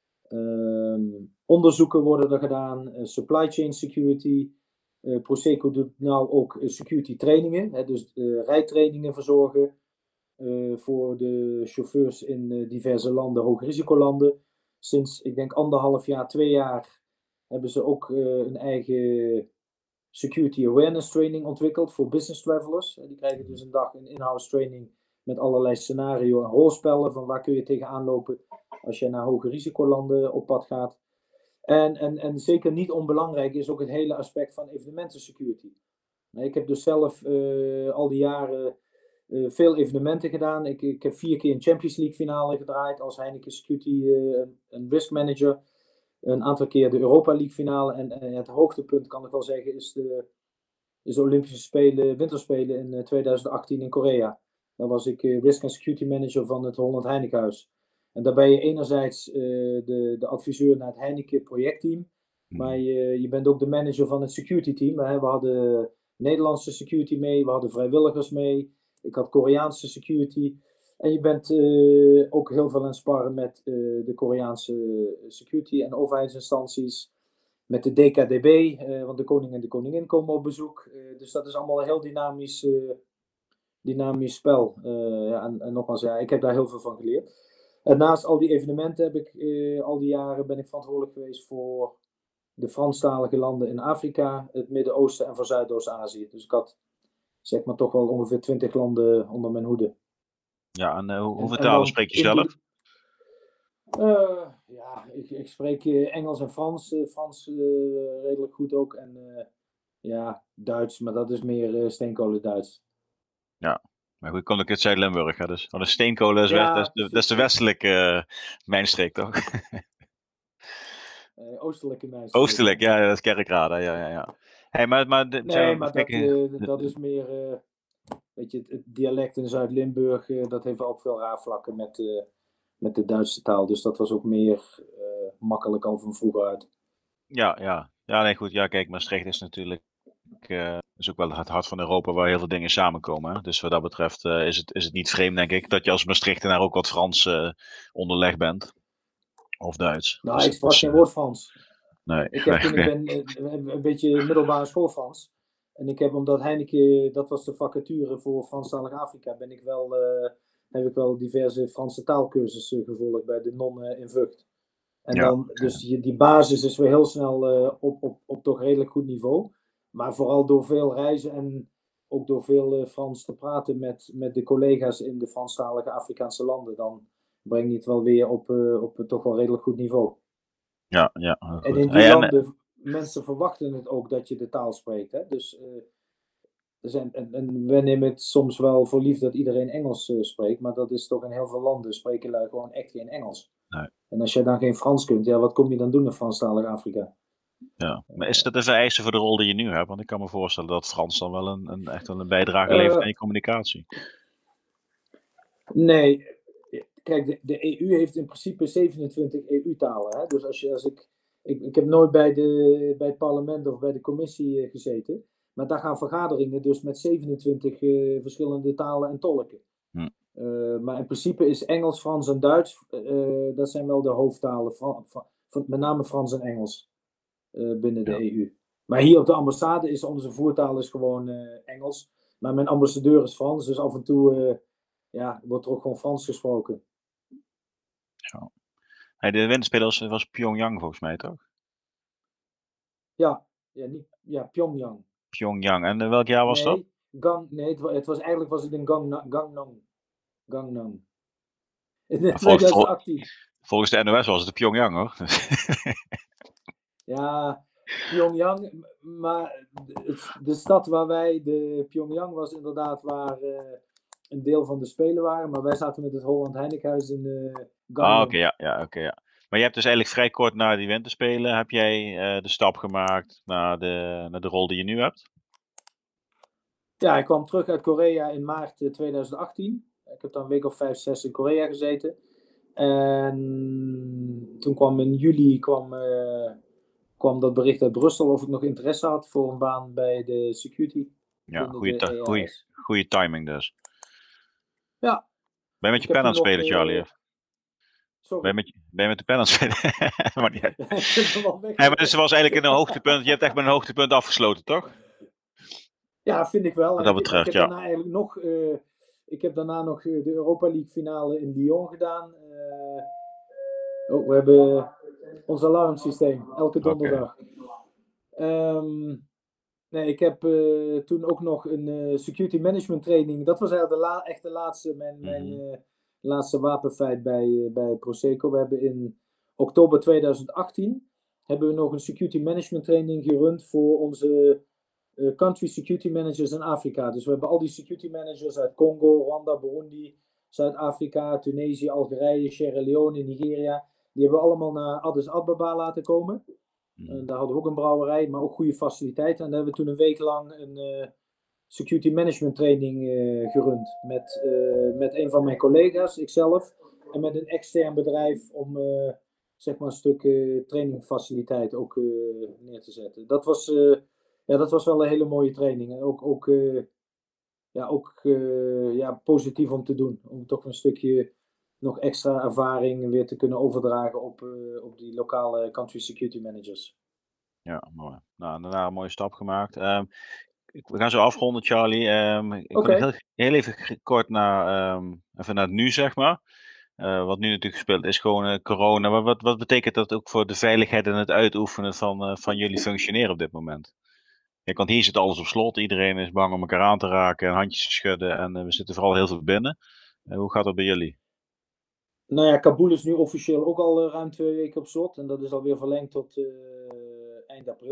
Onderzoeken worden er gedaan, supply chain security. Prosecco doet nou ook security trainingen, dus rijtrainingen verzorgen voor de chauffeurs in diverse landen, hoogrisicolanden. Sinds, ik denk 1,5 jaar, 2 jaar, hebben ze ook een eigen security awareness training ontwikkeld voor business travelers. Die krijgen dus een dag een in-house training met allerlei scenario en rolspellen van waar kun je tegenaan lopen als je naar hoge risicolanden op pad gaat. En zeker niet onbelangrijk is ook het hele aspect van evenementen security. Ik heb dus zelf al die jaren veel evenementen gedaan. Ik heb 4 keer een Champions League finale gedraaid als Heineken Security en Risk Manager. Een aantal keer de Europa League finale. En het hoogtepunt, kan ik wel zeggen, is de Olympische Spelen, Winterspelen in 2018 in Korea. Daar was ik Risk and Security Manager van het Holland Heinekenhuis. En daar ben je enerzijds de adviseur naar het Heineken projectteam. Maar je bent ook de manager van het security team. We hadden Nederlandse security mee, we hadden vrijwilligers mee. Ik had Koreaanse security. En je bent ook heel veel aan het sparren met de Koreaanse security en overheidsinstanties. Met de DKDB, want de koning en de koningin komen op bezoek. Dus dat is allemaal een heel dynamisch spel. En nogmaals, ik heb daar heel veel van geleerd. En naast al die evenementen heb ik al die jaren ben ik verantwoordelijk geweest voor de Franstalige landen in Afrika, het Midden-Oosten en voor Zuidoost-Azië. Dus ik had zeg maar toch wel ongeveer 20 landen onder mijn hoede. Ja, en hoeveel talen spreek je zelf? Ik spreek Engels en Frans. Frans redelijk goed ook. En Duits, maar dat is meer steenkolen Duits. Ja, Maar goed, ik kom ook uit Zuid-Limburg, hè, dus de steenkolen is Ja, dat is precies. de westelijke mijnstreek, toch? Oostelijke mijnstreek. Oostelijk, ja, dat is Kerkrade, ja. Hey, maar Nee, maar even kijken. dat is meer, weet je, het dialect in Zuid-Limburg, dat heeft ook veel raakvlakken met de Duitse taal. Dus dat was ook meer makkelijk al van vroeger uit. Ja, nee, goed. Ja, kijk, Maastricht is natuurlijk is ook wel het hart van Europa waar heel veel dingen samenkomen. Hè? Dus wat dat betreft is het niet vreemd, denk ik, dat je als Maastrichtenaar ook wat Frans onderleg bent. Of Duits. Nou, Dus ik dat sprak is, geen woord Frans. nee, Ik heb toen, ik oké. ben een beetje middelbare school Frans. En ik heb, omdat Heineken, dat was de vacature voor Franstalig Afrika, heb ik wel diverse Franse taalkursussen gevolgd bij de non in Vught. En Ja, dan, dus die basis is weer heel snel op toch redelijk goed niveau. Maar vooral door veel reizen en ook door veel Frans te praten met de collega's in de Franstalige Afrikaanse landen, dan breng je het wel weer op toch wel redelijk goed niveau. ja, heel En goed. in die Hey, landen, mensen verwachten het ook dat je de taal spreekt. Hè? Dus en we nemen het soms wel voor lief dat iedereen Engels spreekt, maar dat is toch in heel veel landen spreken lui gewoon echt geen Engels. nee, En als je dan geen Frans kunt, ja, wat kom je dan doen in Franstalig Afrika? ja. Maar is dat een vereiste voor de rol die je nu hebt? Want ik kan me voorstellen dat Frans dan wel echt wel een bijdrage levert Uh, aan je communicatie. nee, kijk, de EU heeft in principe 27 EU-talen. Hè? Dus ik heb nooit bij het parlement of bij de commissie gezeten. Maar daar gaan vergaderingen dus met 27 verschillende talen en tolken. Hm. Maar in principe is Engels, Frans en Duits, dat zijn wel de hoofdtalen. Met name Frans en Engels binnen de EU. Maar hier op de ambassade is onze voertaal is gewoon Engels. Maar mijn ambassadeur is Frans, dus af en toe wordt er ook gewoon Frans gesproken. Ja. Hey, de winterspelers was Pyongyang volgens mij, toch? Ja, Pyongyang. Pyongyang. En welk jaar was dat? Nee, eigenlijk was het in Gangnam. In Ja, 2018. volgens de NOS was het de Pyongyang, hoor. Ja, Pyongyang, maar de stad waar Pyongyang was inderdaad waar een deel van de Spelen waren, maar wij zaten met het Holland Heinekenhuis in Gangnam. Oké, ja. Maar je hebt dus eigenlijk vrij kort na die winterspelen, heb jij de stap gemaakt naar de rol die je nu hebt? Ja, ik kwam terug uit Korea in maart 2018. Ik heb dan een week of 5, 6 in Korea gezeten. En toen kwam in juli kwam dat bericht uit Brussel of ik nog interesse had voor een baan bij de security. Ja, goede timing dus. Ja. Ben je met je pen aan het spelen, Charlie? Sorry. Ben je met de pen aan het spelen? Maar niet. Ja, maar dus was eigenlijk een hoogtepunt. Je hebt echt met een hoogtepunt afgesloten, toch? Ja, vind ik wel. Wat dat betreft, ik heb daarna eigenlijk nog... ik heb daarna nog de Europa League finale in Lyon gedaan. We hebben ons alarmsysteem elke donderdag. Nee, ik heb toen ook nog een security management training. Dat was eigenlijk echt de laatste, mijn laatste wapenfeit bij Proseco. We hebben in oktober 2018 hebben we nog een security management training gerund voor onze country security managers in Afrika. Dus we hebben al die security managers uit Congo, Rwanda, Burundi, Zuid-Afrika, Tunesië, Algerije, Sierra Leone, Nigeria. Die hebben we allemaal naar Addis Ababa laten komen. Daar hadden we ook een brouwerij, maar ook goede faciliteiten. En daar hebben we toen een week lang een security management training gerund. Met een van mijn collega's, ikzelf. En met een extern bedrijf om zeg maar een stuk trainingfaciliteit ook neer te zetten. Dat was wel een hele mooie training. En ook positief om te doen. Om toch een stukje nog extra ervaring weer te kunnen overdragen op die lokale country security managers. Ja, mooi. Nou, daarna een mooie stap gemaakt. We gaan zo afronden, Charlie. Ik wil nog heel even kort naar het nu, zeg maar. Wat nu natuurlijk gespeeld is gewoon corona. Maar wat betekent dat ook voor de veiligheid en het uitoefenen van jullie functioneren op dit moment? Ja, want hier zit alles op slot. Iedereen is bang om elkaar aan te raken en handjes te schudden. En we zitten vooral heel veel binnen. Hoe gaat dat bij jullie? Nou ja, Kabul is nu officieel ook al ruim 2 weken op slot. En dat is alweer verlengd tot eind april.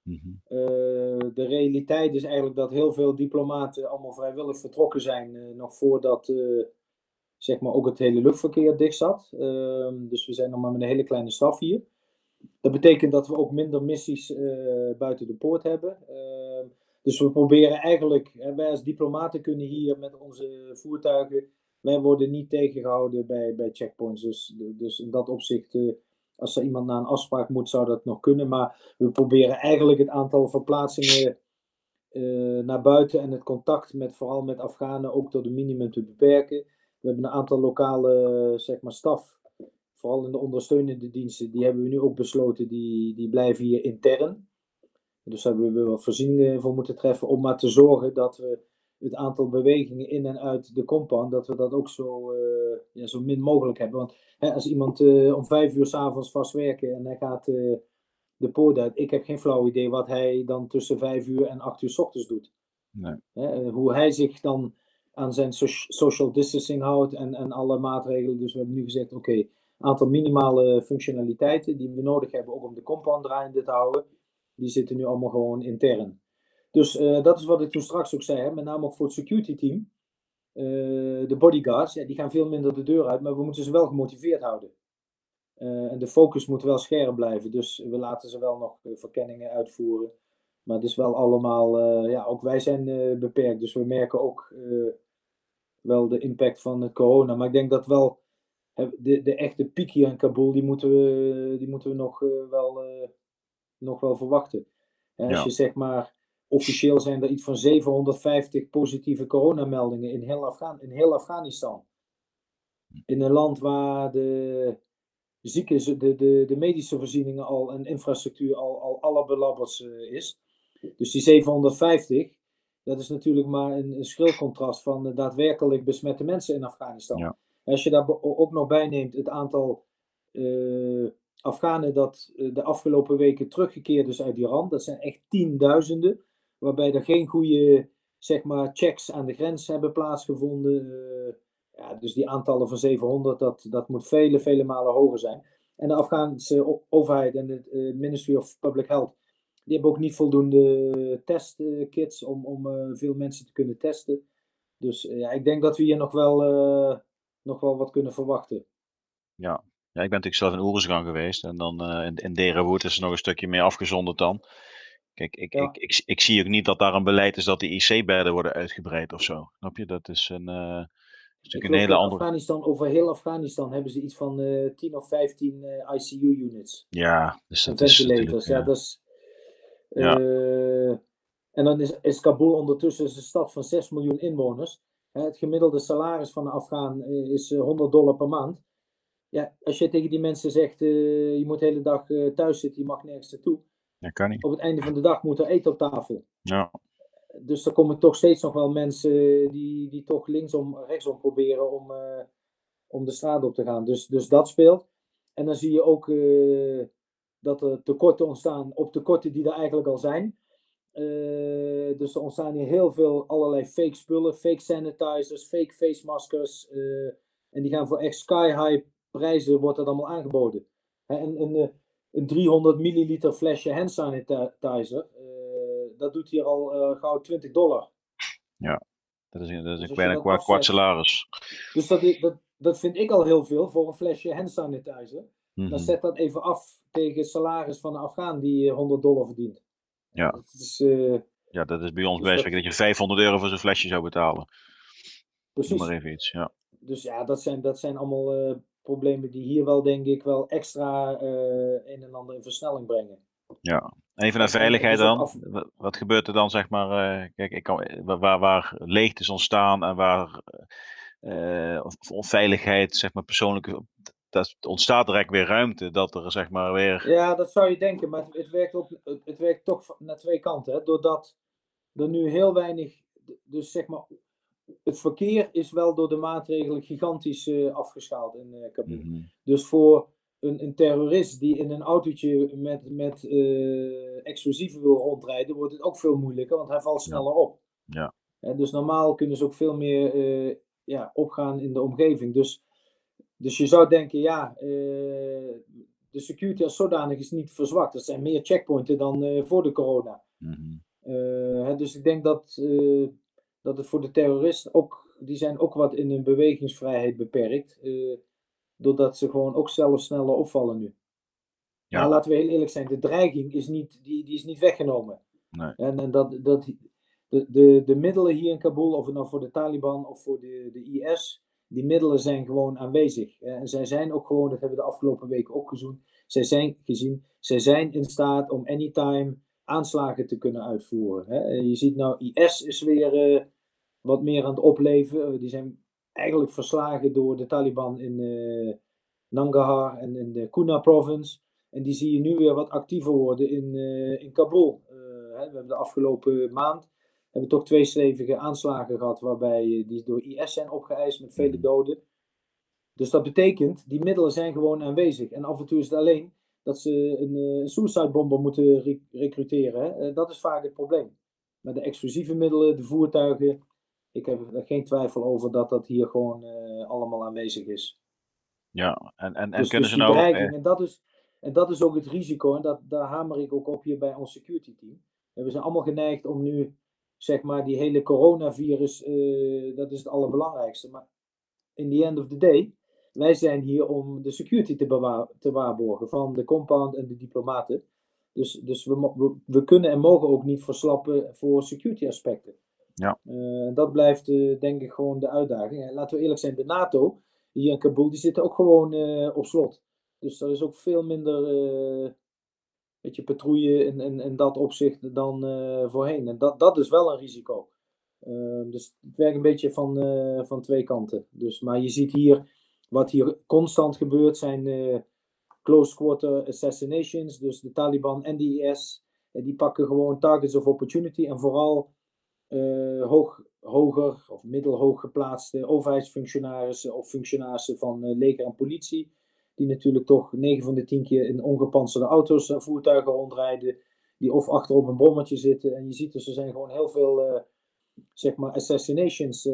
Mhm. De realiteit is eigenlijk dat heel veel diplomaten allemaal vrijwillig vertrokken zijn, nog voordat zeg maar ook het hele luchtverkeer dicht zat. Dus we zijn nog maar met een hele kleine staf hier. Dat betekent dat we ook minder missies buiten de poort hebben. Dus we proberen eigenlijk, wij als diplomaten kunnen hier met onze voertuigen, wij worden niet tegengehouden bij checkpoints. Dus in dat opzicht, als er iemand naar een afspraak moet, zou dat nog kunnen. Maar we proberen eigenlijk het aantal verplaatsingen naar buiten en het contact met vooral met Afghanen ook tot een minimum te beperken. We hebben een aantal lokale zeg maar, staf, vooral in de ondersteunende diensten, die hebben we nu ook besloten, die blijven hier intern. Dus daar hebben we wel voorzieningen voor moeten treffen om maar te zorgen dat we het aantal bewegingen in en uit de compound, dat we dat ook zo min mogelijk hebben. Want als iemand om 5 uur 's avonds vast werken en hij gaat de poort uit, ik heb geen flauw idee wat hij dan tussen 5 uur en 8 uur 's ochtends doet. Nee. Hoe hij zich dan aan zijn social distancing houdt en alle maatregelen. Dus we hebben nu gezegd, oké, aantal minimale functionaliteiten die we nodig hebben ook om de compound draaiende te houden, die zitten nu allemaal gewoon intern. Dus dat is wat ik toen straks ook zei, hè, met name ook voor het security team. De bodyguards, ja, die gaan veel minder de deur uit, maar we moeten ze wel gemotiveerd houden. En de focus moet wel scherp blijven, dus we laten ze wel nog verkenningen uitvoeren. Maar het is wel allemaal, ja, ook wij zijn beperkt, dus we merken ook wel de impact van het corona. Maar ik denk dat wel de echte piek hier in Kabul, die moeten we nog wel verwachten. Als Ja. je zeg maar, officieel zijn er iets van 750 positieve coronameldingen in heel Afghanistan. In een land waar de de medische voorzieningen al en infrastructuur al allerbelabberd is. Dus die 750, dat is natuurlijk maar een schril contrast van de daadwerkelijk besmette mensen in Afghanistan. Ja. Als je daar ook nog bij neemt het aantal Afghanen dat de afgelopen weken teruggekeerd is uit Iran, dat zijn echt tienduizenden, waarbij er geen goede zeg maar, checks aan de grens hebben plaatsgevonden. Ja, dus die aantallen van 700, dat moet vele malen hoger zijn. En de Afghaanse overheid en het Ministry of Public Health, die hebben ook niet voldoende testkits om veel mensen te kunnen testen. Dus ja, ik denk dat we hier nog wel wat kunnen verwachten. Ja, ik ben natuurlijk zelf in Oeruzgan geweest en dan in Derawood is er nog een stukje meer afgezonderd dan. Kijk, Ja. ik zie ook niet dat daar een beleid is dat de IC-bedden worden uitgebreid of zo. Snap je? Dat is natuurlijk Ik een geloof hele dat andere. over heel Afghanistan hebben ze iets van 10 of 15 ICU-units. Ja, dus En dat is natuurlijk. ventilators. Ja, dat is. Ja. En dan is Kabul ondertussen een stad van 6 miljoen inwoners. Het gemiddelde salaris van een Afghaan is $100 per maand. Ja, als je tegen die mensen zegt, je moet de hele dag thuis zitten, je mag nergens naartoe. Dat kan niet. Op het einde van de dag moet er eten op tafel. Ja. Dus er komen toch steeds nog wel mensen die toch linksom, rechtsom proberen om de straat op te gaan. Dus dat speelt. En dan zie je ook dat er tekorten ontstaan op tekorten die er eigenlijk al zijn. Dus er ontstaan hier heel veel allerlei fake spullen, fake sanitizers, fake face maskers. En die gaan voor echt sky high prijzen, wordt dat allemaal aangeboden. Een 300 milliliter flesje hand sanitizer, dat doet hier al gauw $20. Ja, dat is Dus als bijna je een dat kwart afzet, salaris. dus dat vind ik al heel veel voor een flesje hand sanitizer. Dan Mhm. zet dat even af tegen het salaris van een Afghaan die $100 verdient. Ja. Dat is, Ja, dat is bij ons dus best dat je €500 voor zo'n flesje zou betalen. Noem precies. maar even iets. Ja. Dus ja, dat zijn allemaal problemen die hier wel, denk ik, wel extra een en ander in versnelling brengen. Ja. Even naar En veiligheid dus ook dan. Wat gebeurt er dan, zeg maar, kijk, waar leegtes ontstaan en waar of onveiligheid, zeg maar, persoonlijke, dat ontstaat direct weer ruimte, dat er, zeg maar, weer. Ja, dat zou je denken, maar het werkt toch naar twee kanten. Hè? Doordat er nu heel weinig, dus zeg maar, het verkeer is wel door de maatregelen gigantisch afgeschaald in Kabul. Mhm. Dus voor een terrorist die in een autootje met explosieven wil rondrijden, wordt het ook veel moeilijker, want hij valt sneller op. Ja. Dus normaal kunnen ze ook veel meer opgaan in de omgeving. Dus je zou denken, ja, de security als zodanig is niet verzwakt. Er zijn meer checkpointen dan voor de corona. Dus ik denk dat het voor de terroristen ook, die zijn ook wat in hun bewegingsvrijheid beperkt. Doordat ze gewoon ook zelf sneller opvallen nu. Ja. Maar laten we heel eerlijk zijn, de dreiging is die is niet weggenomen. Nee. En de middelen hier in Kabul, of het nou voor de Taliban of voor de IS, die middelen zijn gewoon aanwezig. En zij zijn ook gewoon, dat hebben we de afgelopen weken ook gezien, zij zijn in staat om anytime aanslagen te kunnen uitvoeren. Je ziet nou, IS is weer wat meer aan het opleven. Die zijn eigenlijk verslagen door de Taliban in Nangarhar en in de Kunar province. En die zie je nu weer wat actiever worden in Kabul. We hebben de afgelopen maand toch 2 stevige aanslagen gehad waarbij die door IS zijn opgeëist met vele doden. Dus dat betekent, die middelen zijn gewoon aanwezig. En af en toe is het alleen dat ze een suicide bomber moeten recruteren. Dat is vaak het probleem. Maar de explosieve middelen, de voertuigen, ik heb er geen twijfel over dat dat hier gewoon allemaal aanwezig is. Ja, en Dus kunnen ze die nou... dreiging, en dat is ook het risico, en daar hamer ik ook op hier bij ons security team. En we zijn allemaal geneigd om nu, zeg maar, die hele coronavirus, dat is het allerbelangrijkste. Maar in the end of the day, wij zijn hier om de security te waarborgen van de compound en de diplomaten. Dus we kunnen en mogen ook niet verslappen voor security aspecten. Ja. Dat blijft denk ik gewoon de uitdaging. En laten we eerlijk zijn, de NATO hier in Kabul, die zitten ook gewoon op slot. Dus er is ook veel minder patrouille in dat opzicht dan voorheen. En dat is wel een risico. Dus het werkt een beetje van 2 kanten. Dus, maar je ziet hier, wat hier constant gebeurt, zijn close quarter assassinations. Dus de Taliban en de IS, die pakken gewoon targets of opportunity. En vooral hoger of middelhoog geplaatste overheidsfunctionarissen of functionarissen van leger en politie. Die natuurlijk toch 9 van de 10 keer in ongepantserde auto's en voertuigen rondrijden. Die of achterop een bommetje zitten. En je ziet dus, er zijn gewoon heel veel zeg maar assassinations,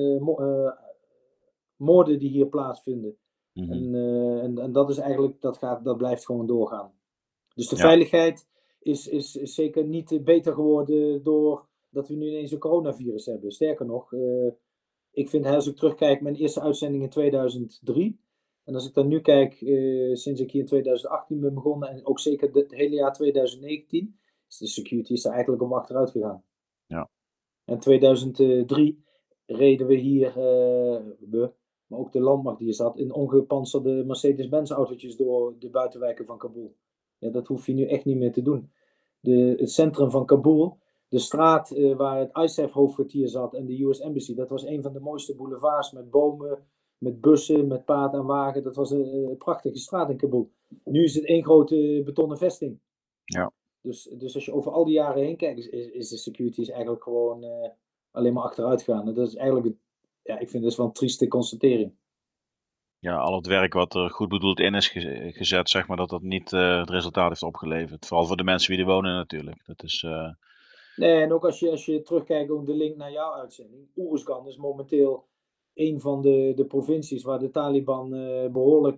moorden die hier plaatsvinden. En dat is eigenlijk, dat blijft gewoon doorgaan. Dus de veiligheid is zeker niet beter geworden door dat we nu ineens een coronavirus hebben. Sterker nog, ik vind, als ik terugkijk, mijn eerste uitzending in 2003. En als ik dan nu kijk, sinds ik hier in 2018 ben begonnen, en ook zeker het hele jaar 2019, is de security er eigenlijk om achteruit gegaan. Ja. En 2003 reden we hier, maar ook de landmacht die er zat, in ongepantserde Mercedes-Benz autootjes door de buitenwijken van Kabul. Ja, dat hoef je nu echt niet meer te doen. Het centrum van Kabul, de straat waar het ISAF hoofdkwartier zat en de US Embassy, dat was een van de mooiste boulevards met bomen, met bussen, met paard en wagen. Dat was een prachtige straat in Kabul. Nu is het één grote betonnen vesting. Ja. Dus als je over al die jaren heen kijkt, is de security eigenlijk gewoon alleen maar achteruit gegaan. En dat is eigenlijk, ik vind dat wel een trieste constatering. Ja, al het werk wat er goed bedoeld in is gezet, zeg maar, dat niet het resultaat heeft opgeleverd. Vooral voor de mensen die er wonen natuurlijk. Dat is... Nee, en ook als je terugkijkt op de link naar jouw uitzending. Uruzgan is momenteel een van de provincies waar de Taliban behoorlijk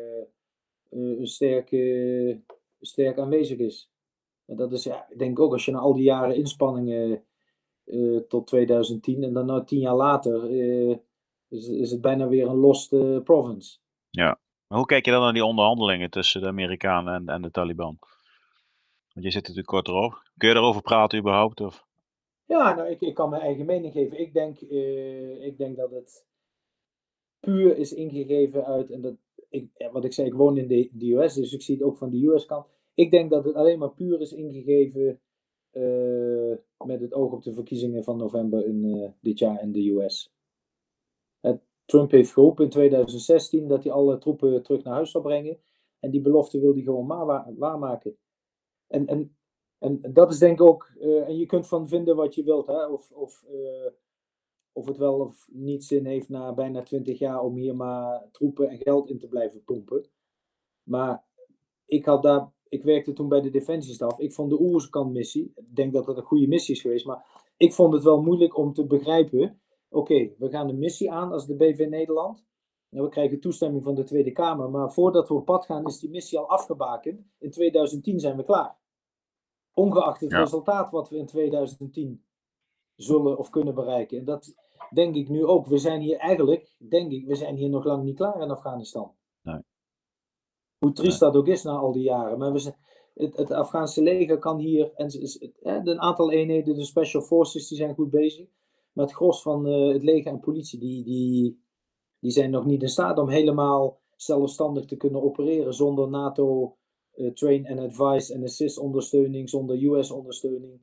sterk aanwezig is. En dat is, ik denk ook, als je na al die jaren inspanningen tot 2010 en dan nou 10 jaar later is het bijna weer een lost province. Ja, maar hoe kijk je dan naar die onderhandelingen tussen de Amerikanen en de Taliban? Want je zit natuurlijk kort erop. Kun je erover praten überhaupt? Of? Ja, nou, ik kan mijn eigen mening geven. Ik denk dat het puur is ingegeven uit, en wat ik zei, ik woon in de US, dus ik zie het ook van de US kant. Ik denk dat het alleen maar puur is ingegeven met het oog op de verkiezingen van november in dit jaar in de US. Trump heeft geroepen in 2016 dat hij alle troepen terug naar huis zou brengen. En die belofte wil hij gewoon waarmaken. En dat is denk ik ook, en je kunt van vinden wat je wilt, hè? Of het wel of niet zin heeft na bijna 20 jaar om hier maar troepen en geld in te blijven pompen. Maar ik werkte toen bij de Defensiestaf. Ik vond de Oeruzkan-missie, ik denk dat het een goede missie is geweest, maar ik vond het wel moeilijk om te begrijpen. Oké, we gaan een missie aan als de BV Nederland. Ja, we krijgen toestemming van de Tweede Kamer, maar voordat we op pad gaan is die missie al afgebakend. In 2010 zijn we klaar. Ongeacht het resultaat wat we in 2010 zullen of kunnen bereiken. En dat denk ik nu ook. We zijn hier nog lang niet klaar in Afghanistan. Nee. Hoe triest dat ook is na al die jaren. Maar het Afghaanse leger kan hier, en een aantal eenheden, de Special Forces, die zijn goed bezig. Maar het gros van het leger en politie, die zijn nog niet in staat om helemaal zelfstandig te kunnen opereren zonder NATO train and advise en assist ondersteuning, zonder US ondersteuning.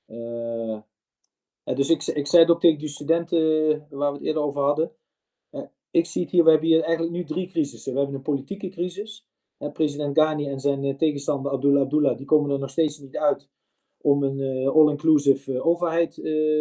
Dus ik zei het ook tegen die studenten waar we het eerder over hadden. Ik zie het hier, we hebben hier eigenlijk nu 3 crisissen. We hebben een politieke crisis. President Ghani en zijn tegenstander Abdullah, die komen er nog steeds niet uit om een all-inclusive overheid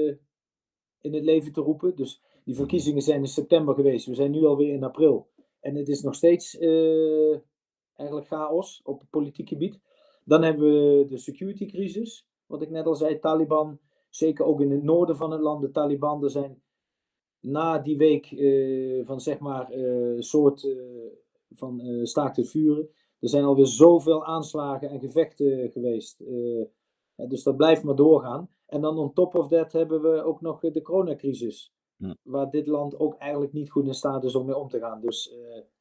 in het leven te roepen. Dus die verkiezingen zijn in september geweest. We zijn nu alweer in april. En het is nog steeds eigenlijk chaos op het politiek gebied. Dan hebben we de security crisis. Wat ik net al zei, Taliban. Zeker ook in het noorden van het land. De Taliban, er zijn na die week van zeg maar soort van staakt het vuren. Er zijn alweer zoveel aanslagen en gevechten geweest. Dus dat blijft maar doorgaan. En dan on top of that hebben we ook nog de coronacrisis. Waar dit land ook eigenlijk niet goed in staat is om mee om te gaan. Dus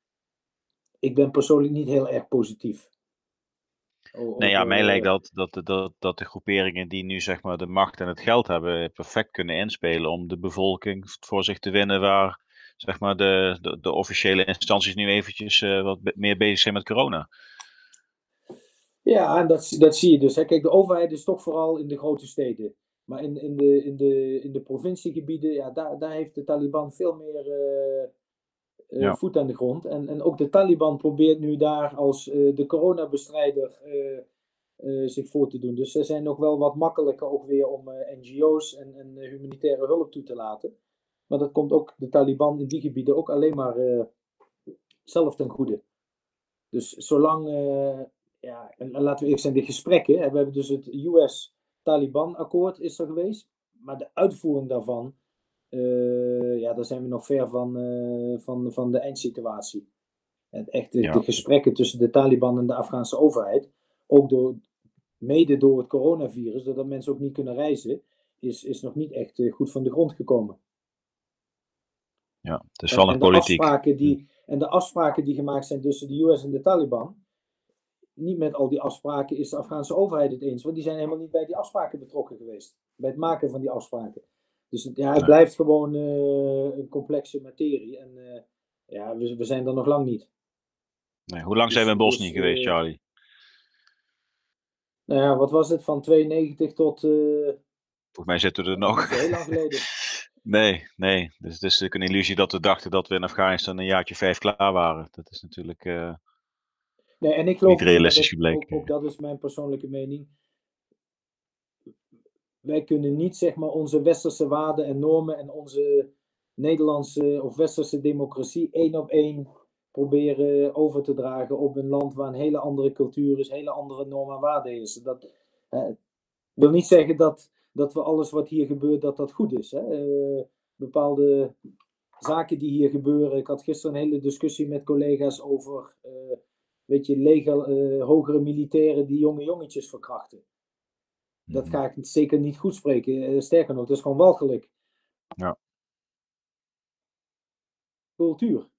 ik ben persoonlijk niet heel erg positief. Nee, ja, mij lijkt dat de groeperingen die nu zeg maar de macht en het geld hebben, perfect kunnen inspelen om de bevolking voor zich te winnen, waar zeg maar de officiële instanties nu eventjes wat meer bezig zijn met corona. Ja, en dat zie je dus. Hè. Kijk, de overheid is toch vooral in de grote steden. Maar in de provinciegebieden, ja, daar heeft de Taliban veel meer voet aan de grond. En ook de Taliban probeert nu daar als de coronabestrijder zich voor te doen. Dus ze zijn nog wel wat makkelijker ook weer om NGO's en humanitaire hulp toe te laten. Maar dat komt ook de Taliban in die gebieden ook alleen maar zelf ten goede. Dus zolang, en laten we eerst zijn, de gesprekken. We hebben dus het US-Taliban-akkoord is er geweest. Maar de uitvoering daarvan, daar zijn we nog ver van de eindsituatie. De gesprekken tussen de Taliban en de Afghaanse overheid, ook mede door het coronavirus, doordat mensen ook niet kunnen reizen, is nog niet echt goed van de grond gekomen. Ja, het is wel een politiek. De afspraken die gemaakt zijn tussen de US en de Taliban, niet met al die afspraken is de Afghaanse overheid het eens, want die zijn helemaal niet bij die afspraken betrokken geweest. Bij het maken van die afspraken. Dus het blijft gewoon een complexe materie. En we zijn er nog lang niet. Nee, hoe lang zijn we in Bosnië geweest, Charlie? Nou ja, wat was het? Van 92 tot... Volgens mij zitten we er nog. Heel lang geleden. Nee. Dus het is natuurlijk een illusie dat we dachten dat we in Afghanistan een jaartje 5 klaar waren. Dat is natuurlijk nee, en ik geloof niet realistisch gebleken. Ook dat is mijn persoonlijke mening. Wij kunnen niet zeg maar onze westerse waarden en normen en onze Nederlandse of westerse democratie 1 op 1 proberen over te dragen op een land waar een hele andere cultuur is, hele andere normen en waarden is. Dat wil niet zeggen dat we alles wat hier gebeurt, dat goed is. Bepaalde zaken die hier gebeuren. Ik had gisteren een hele discussie met collega's over hogere militairen die jonge jongetjes verkrachten. Dat ga ik zeker niet goed spreken. Sterker nog, dat is gewoon walgelijk. Ja. Cultuur.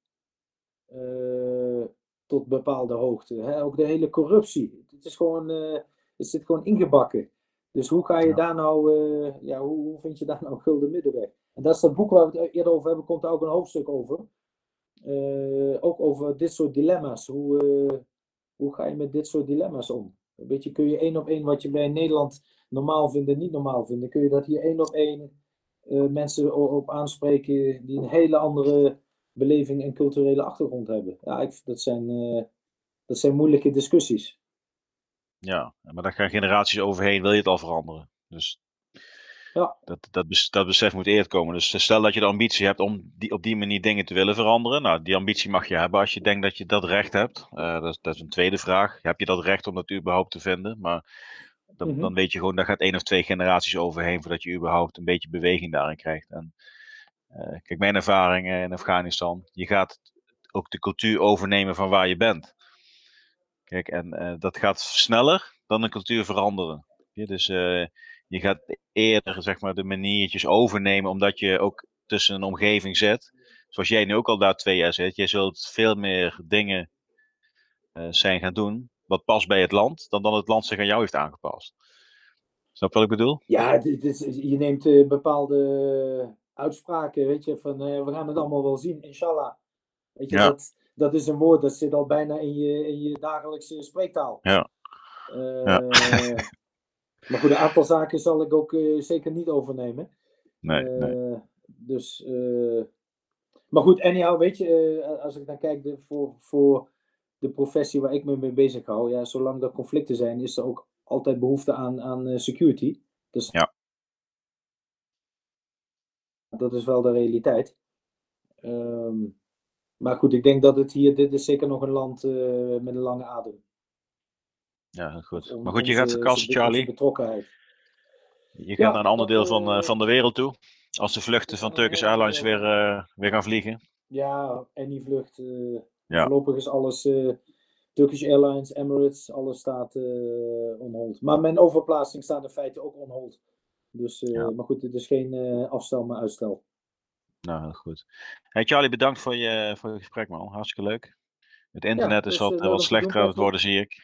Tot bepaalde hoogte. Ook de hele corruptie. Het zit gewoon ingebakken. Dus hoe ga je daar nou... hoe vind je daar nou een gulden middenweg? En dat is dat boek waar we het eerder over hebben. Komt daar ook een hoofdstuk over. Ook over dit soort dilemma's. Hoe ga je met dit soort dilemma's om? Een beetje kun je 1 op 1 wat je bij Nederland normaal vindt en niet normaal vinden. Kun je dat hier 1 op 1 mensen op aanspreken die een hele andere beleving en culturele achtergrond hebben. Ja, dat zijn moeilijke discussies. Ja, maar daar gaan generaties overheen, wil je het al veranderen. Dus ja. dat besef moet eerder komen. Dus stel dat je de ambitie hebt om op die manier dingen te willen veranderen. Nou, die ambitie mag je hebben als je denkt dat je dat recht hebt. Dat is een tweede vraag. Heb je dat recht om dat überhaupt te vinden? Maar dan weet je gewoon, daar gaat 1 of 2 generaties overheen voordat je überhaupt een beetje beweging daarin krijgt. En kijk, mijn ervaring in Afghanistan, je gaat ook de cultuur overnemen van waar je bent. Kijk, en dat gaat sneller dan een cultuur veranderen. Dus je gaat eerder zeg maar de maniertjes overnemen, omdat je ook tussen een omgeving zit. Zoals jij nu ook al daar 2 jaar zit. Je zult veel meer dingen zijn gaan doen wat past bij het land, dan het land zich aan jou heeft aangepast. Snap je wat ik bedoel? Ja, je neemt bepaalde uitspraken, weet je, van we gaan het allemaal wel zien, inshallah. Weet je, Ja. dat is een woord dat zit al bijna in je dagelijkse spreektaal. Ja. Maar goed, een aantal zaken zal ik ook zeker niet overnemen. Nee. Dus, maar goed, anyhow, weet je, als ik dan kijk voor de professie waar ik me mee bezig hou, ja, zolang er conflicten zijn, is er ook altijd behoefte aan security. Dus Ja. dat is wel de realiteit. Maar goed, ik denk dat dit is zeker nog een land met een lange adem. Ja, goed. Maar goed, je gaat verkassen, Onze Charlie. betrokkenheid. Je gaat naar een ander deel van de wereld toe. Als de vluchten van naar een Turkish heel ander Airlines deel weer gaan vliegen. Ja, Anyvlucht. Ja. Voorlopig is alles Turkish Airlines, Emirates, alles staat on hold. Maar mijn overplaatsing staat in feite ook on hold. Dus, maar goed, het is geen afstel, maar uitstel. Nou, heel goed. Hey Charlie, bedankt voor je gesprek, man. Hartstikke leuk. Het internet is wat slechter aan het worden, zie ik.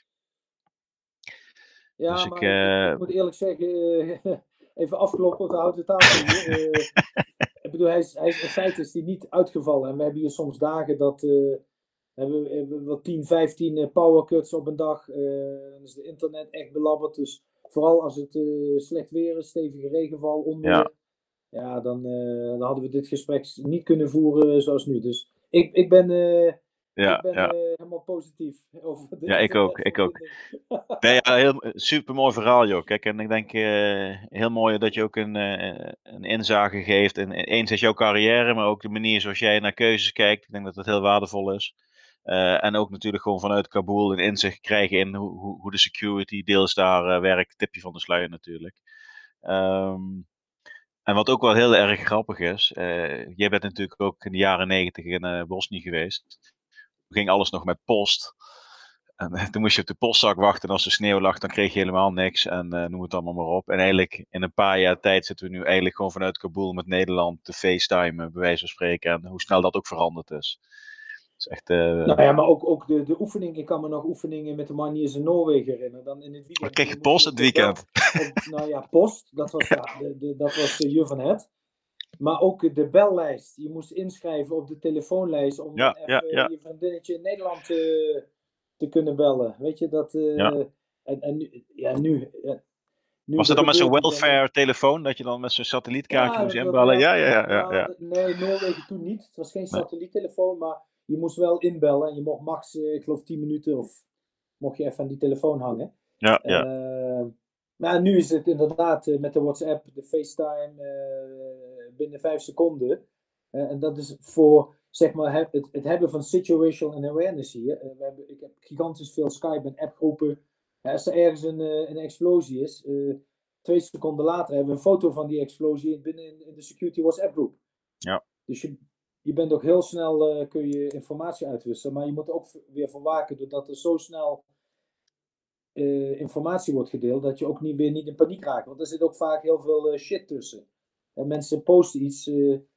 Ja, dus maar ik moet eerlijk zeggen, even afkloppen, we houden de tafel hier. Ik bedoel, in feite is die niet uitgevallen. En we hebben hier soms dagen dat hebben we wel 10, 15 powercuts op een dag. Dan is het internet echt belabberd. Dus vooral als het slecht weer is, stevige regenval, onweer. Ja, dan hadden we dit gesprek niet kunnen voeren zoals nu. Dus ik ben helemaal positief over de ik ook. Nee, ja, heel super mooi verhaal, joh. Kijk, en ik denk heel mooi dat je ook een inzage geeft. En eens is jouw carrière, maar ook de manier zoals jij naar keuzes kijkt. Ik denk dat dat heel waardevol is. En ook natuurlijk gewoon vanuit Kabul een inzicht krijgen in hoe de security deels daar werkt. Tipje van de sluier natuurlijk. En wat ook wel heel erg grappig is. Jij bent natuurlijk ook in de jaren 90 in Bosnië geweest. Toen ging alles nog met post. En toen moest je op de postzak wachten en als er sneeuw lag, dan kreeg je helemaal niks. En noem het allemaal maar op. En eigenlijk in een paar jaar tijd zitten we nu eigenlijk gewoon vanuit Kabul met Nederland te FaceTime, bij wijze van spreken. En hoe snel dat ook veranderd is. Dat is echt... Nou ja, maar ook de oefening. Ik kan me nog oefeningen met de Marniers in Noorwegen herinneren. Dan in het weekend. Dan kreeg je post het weekend. Nou ja, post. Dat was Jur van Het. Maar ook de bellijst. Je moest inschrijven op de telefoonlijst om je vriendinnetje in Nederland te kunnen bellen. Weet je, dat... Nu was het dan met zo'n welfare telefoon, dat je dan met zo'n satellietkaartje moest inbellen? Ja. Nee, Noorwegen toen niet. Het was geen satelliettelefoon, maar je moest wel inbellen. En je mocht max, ik geloof 10 minuten of mocht je even aan die telefoon hangen. Maar nu is het inderdaad met de WhatsApp, de FaceTime, binnen 5 seconden. En dat is voor zeg maar, het hebben van situational awareness hier. Ik heb gigantisch veel Skype en appgroepen. Als er ergens een explosie is, 2 seconden later hebben we een foto van die explosie binnen in de security WhatsApp groep. Ja. Dus je bent ook heel snel, kun je informatie uitwisselen. Maar je moet er ook weer voor waken doordat er zo snel informatie wordt gedeeld, dat je ook niet in paniek raakt. Want er zit ook vaak heel veel shit tussen. En mensen posten iets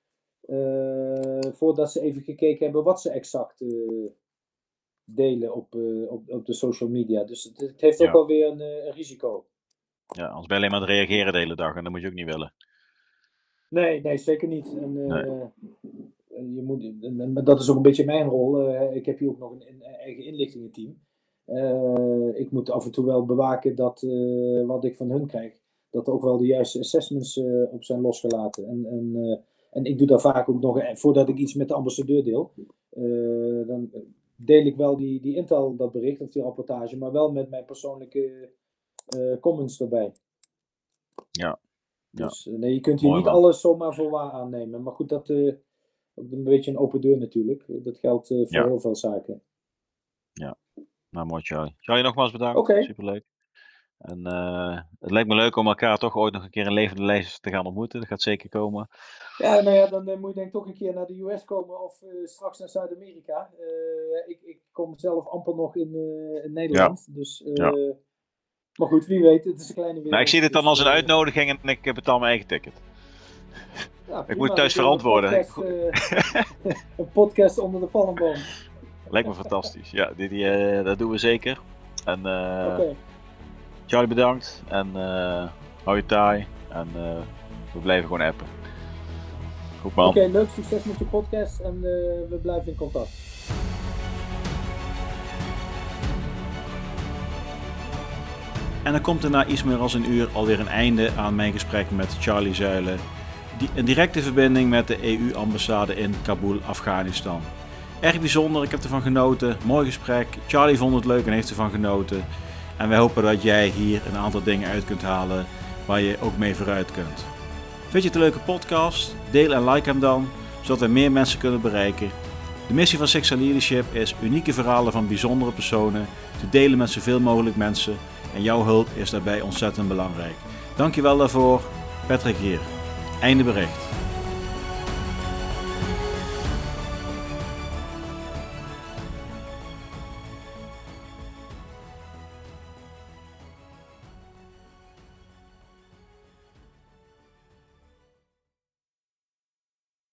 voordat ze even gekeken hebben wat ze exact delen op de social media. Dus het heeft ook alweer een risico. Ja, anders ben je alleen maar aan het reageren de hele dag en dat moet je ook niet willen. Nee, zeker niet. En dat is ook een beetje mijn rol. Ik heb hier ook nog een eigen inlichtingenteam. Ik moet af en toe wel bewaken dat wat ik van hun krijg, dat er ook wel de juiste assessments op zijn losgelaten. En ik doe daar vaak ook nog, voordat ik iets met de ambassadeur deel, dan deel ik wel die intel, dat bericht of die rapportage, maar wel met mijn persoonlijke comments erbij. Ja. Dus nee, je kunt hier niet alles zomaar voor waar aannemen. Maar goed, dat is een beetje een open deur natuurlijk. Dat geldt voor heel veel zaken. Ja, nou mooi Charlie. Charlie, nogmaals bedankt. Okay. Superleuk. En het lijkt me leuk om elkaar toch ooit nog een keer in levende lijst te gaan ontmoeten. Dat gaat zeker komen. Ja, nou ja, dan moet je denk ik toch een keer naar de US komen of straks naar Zuid-Amerika. Ik kom zelf amper nog in Nederland. Ja. Dus, maar goed, wie weet, het is een kleine wereld. Nou, ik zie dit dan als een uitnodiging en ik betaal mijn eigen ticket. Ja, ik moet thuis verantwoorden. Een podcast onder de palmboom. Lijkt me fantastisch. Ja, dat doen we zeker. En Charlie, bedankt. En hou je taai. En we blijven gewoon appen. Goed man. Oké, leuk. Succes met je podcast. En we blijven in contact. En dan komt er na iets meer dan een uur alweer een einde aan mijn gesprek met Charlie Zuilen. Een directe verbinding met de EU-ambassade in Kabul, Afghanistan. Erg bijzonder, ik heb ervan genoten. Mooi gesprek. Charlie vond het leuk en heeft ervan genoten. En wij hopen dat jij hier een aantal dingen uit kunt halen waar je ook mee vooruit kunt. Vind je het een leuke podcast? Deel en like hem dan, zodat we meer mensen kunnen bereiken. De missie van Sixer Leadership is unieke verhalen van bijzondere personen te delen met zoveel mogelijk mensen. En jouw hulp is daarbij ontzettend belangrijk. Dankjewel daarvoor. Patrick hier. Einde bericht.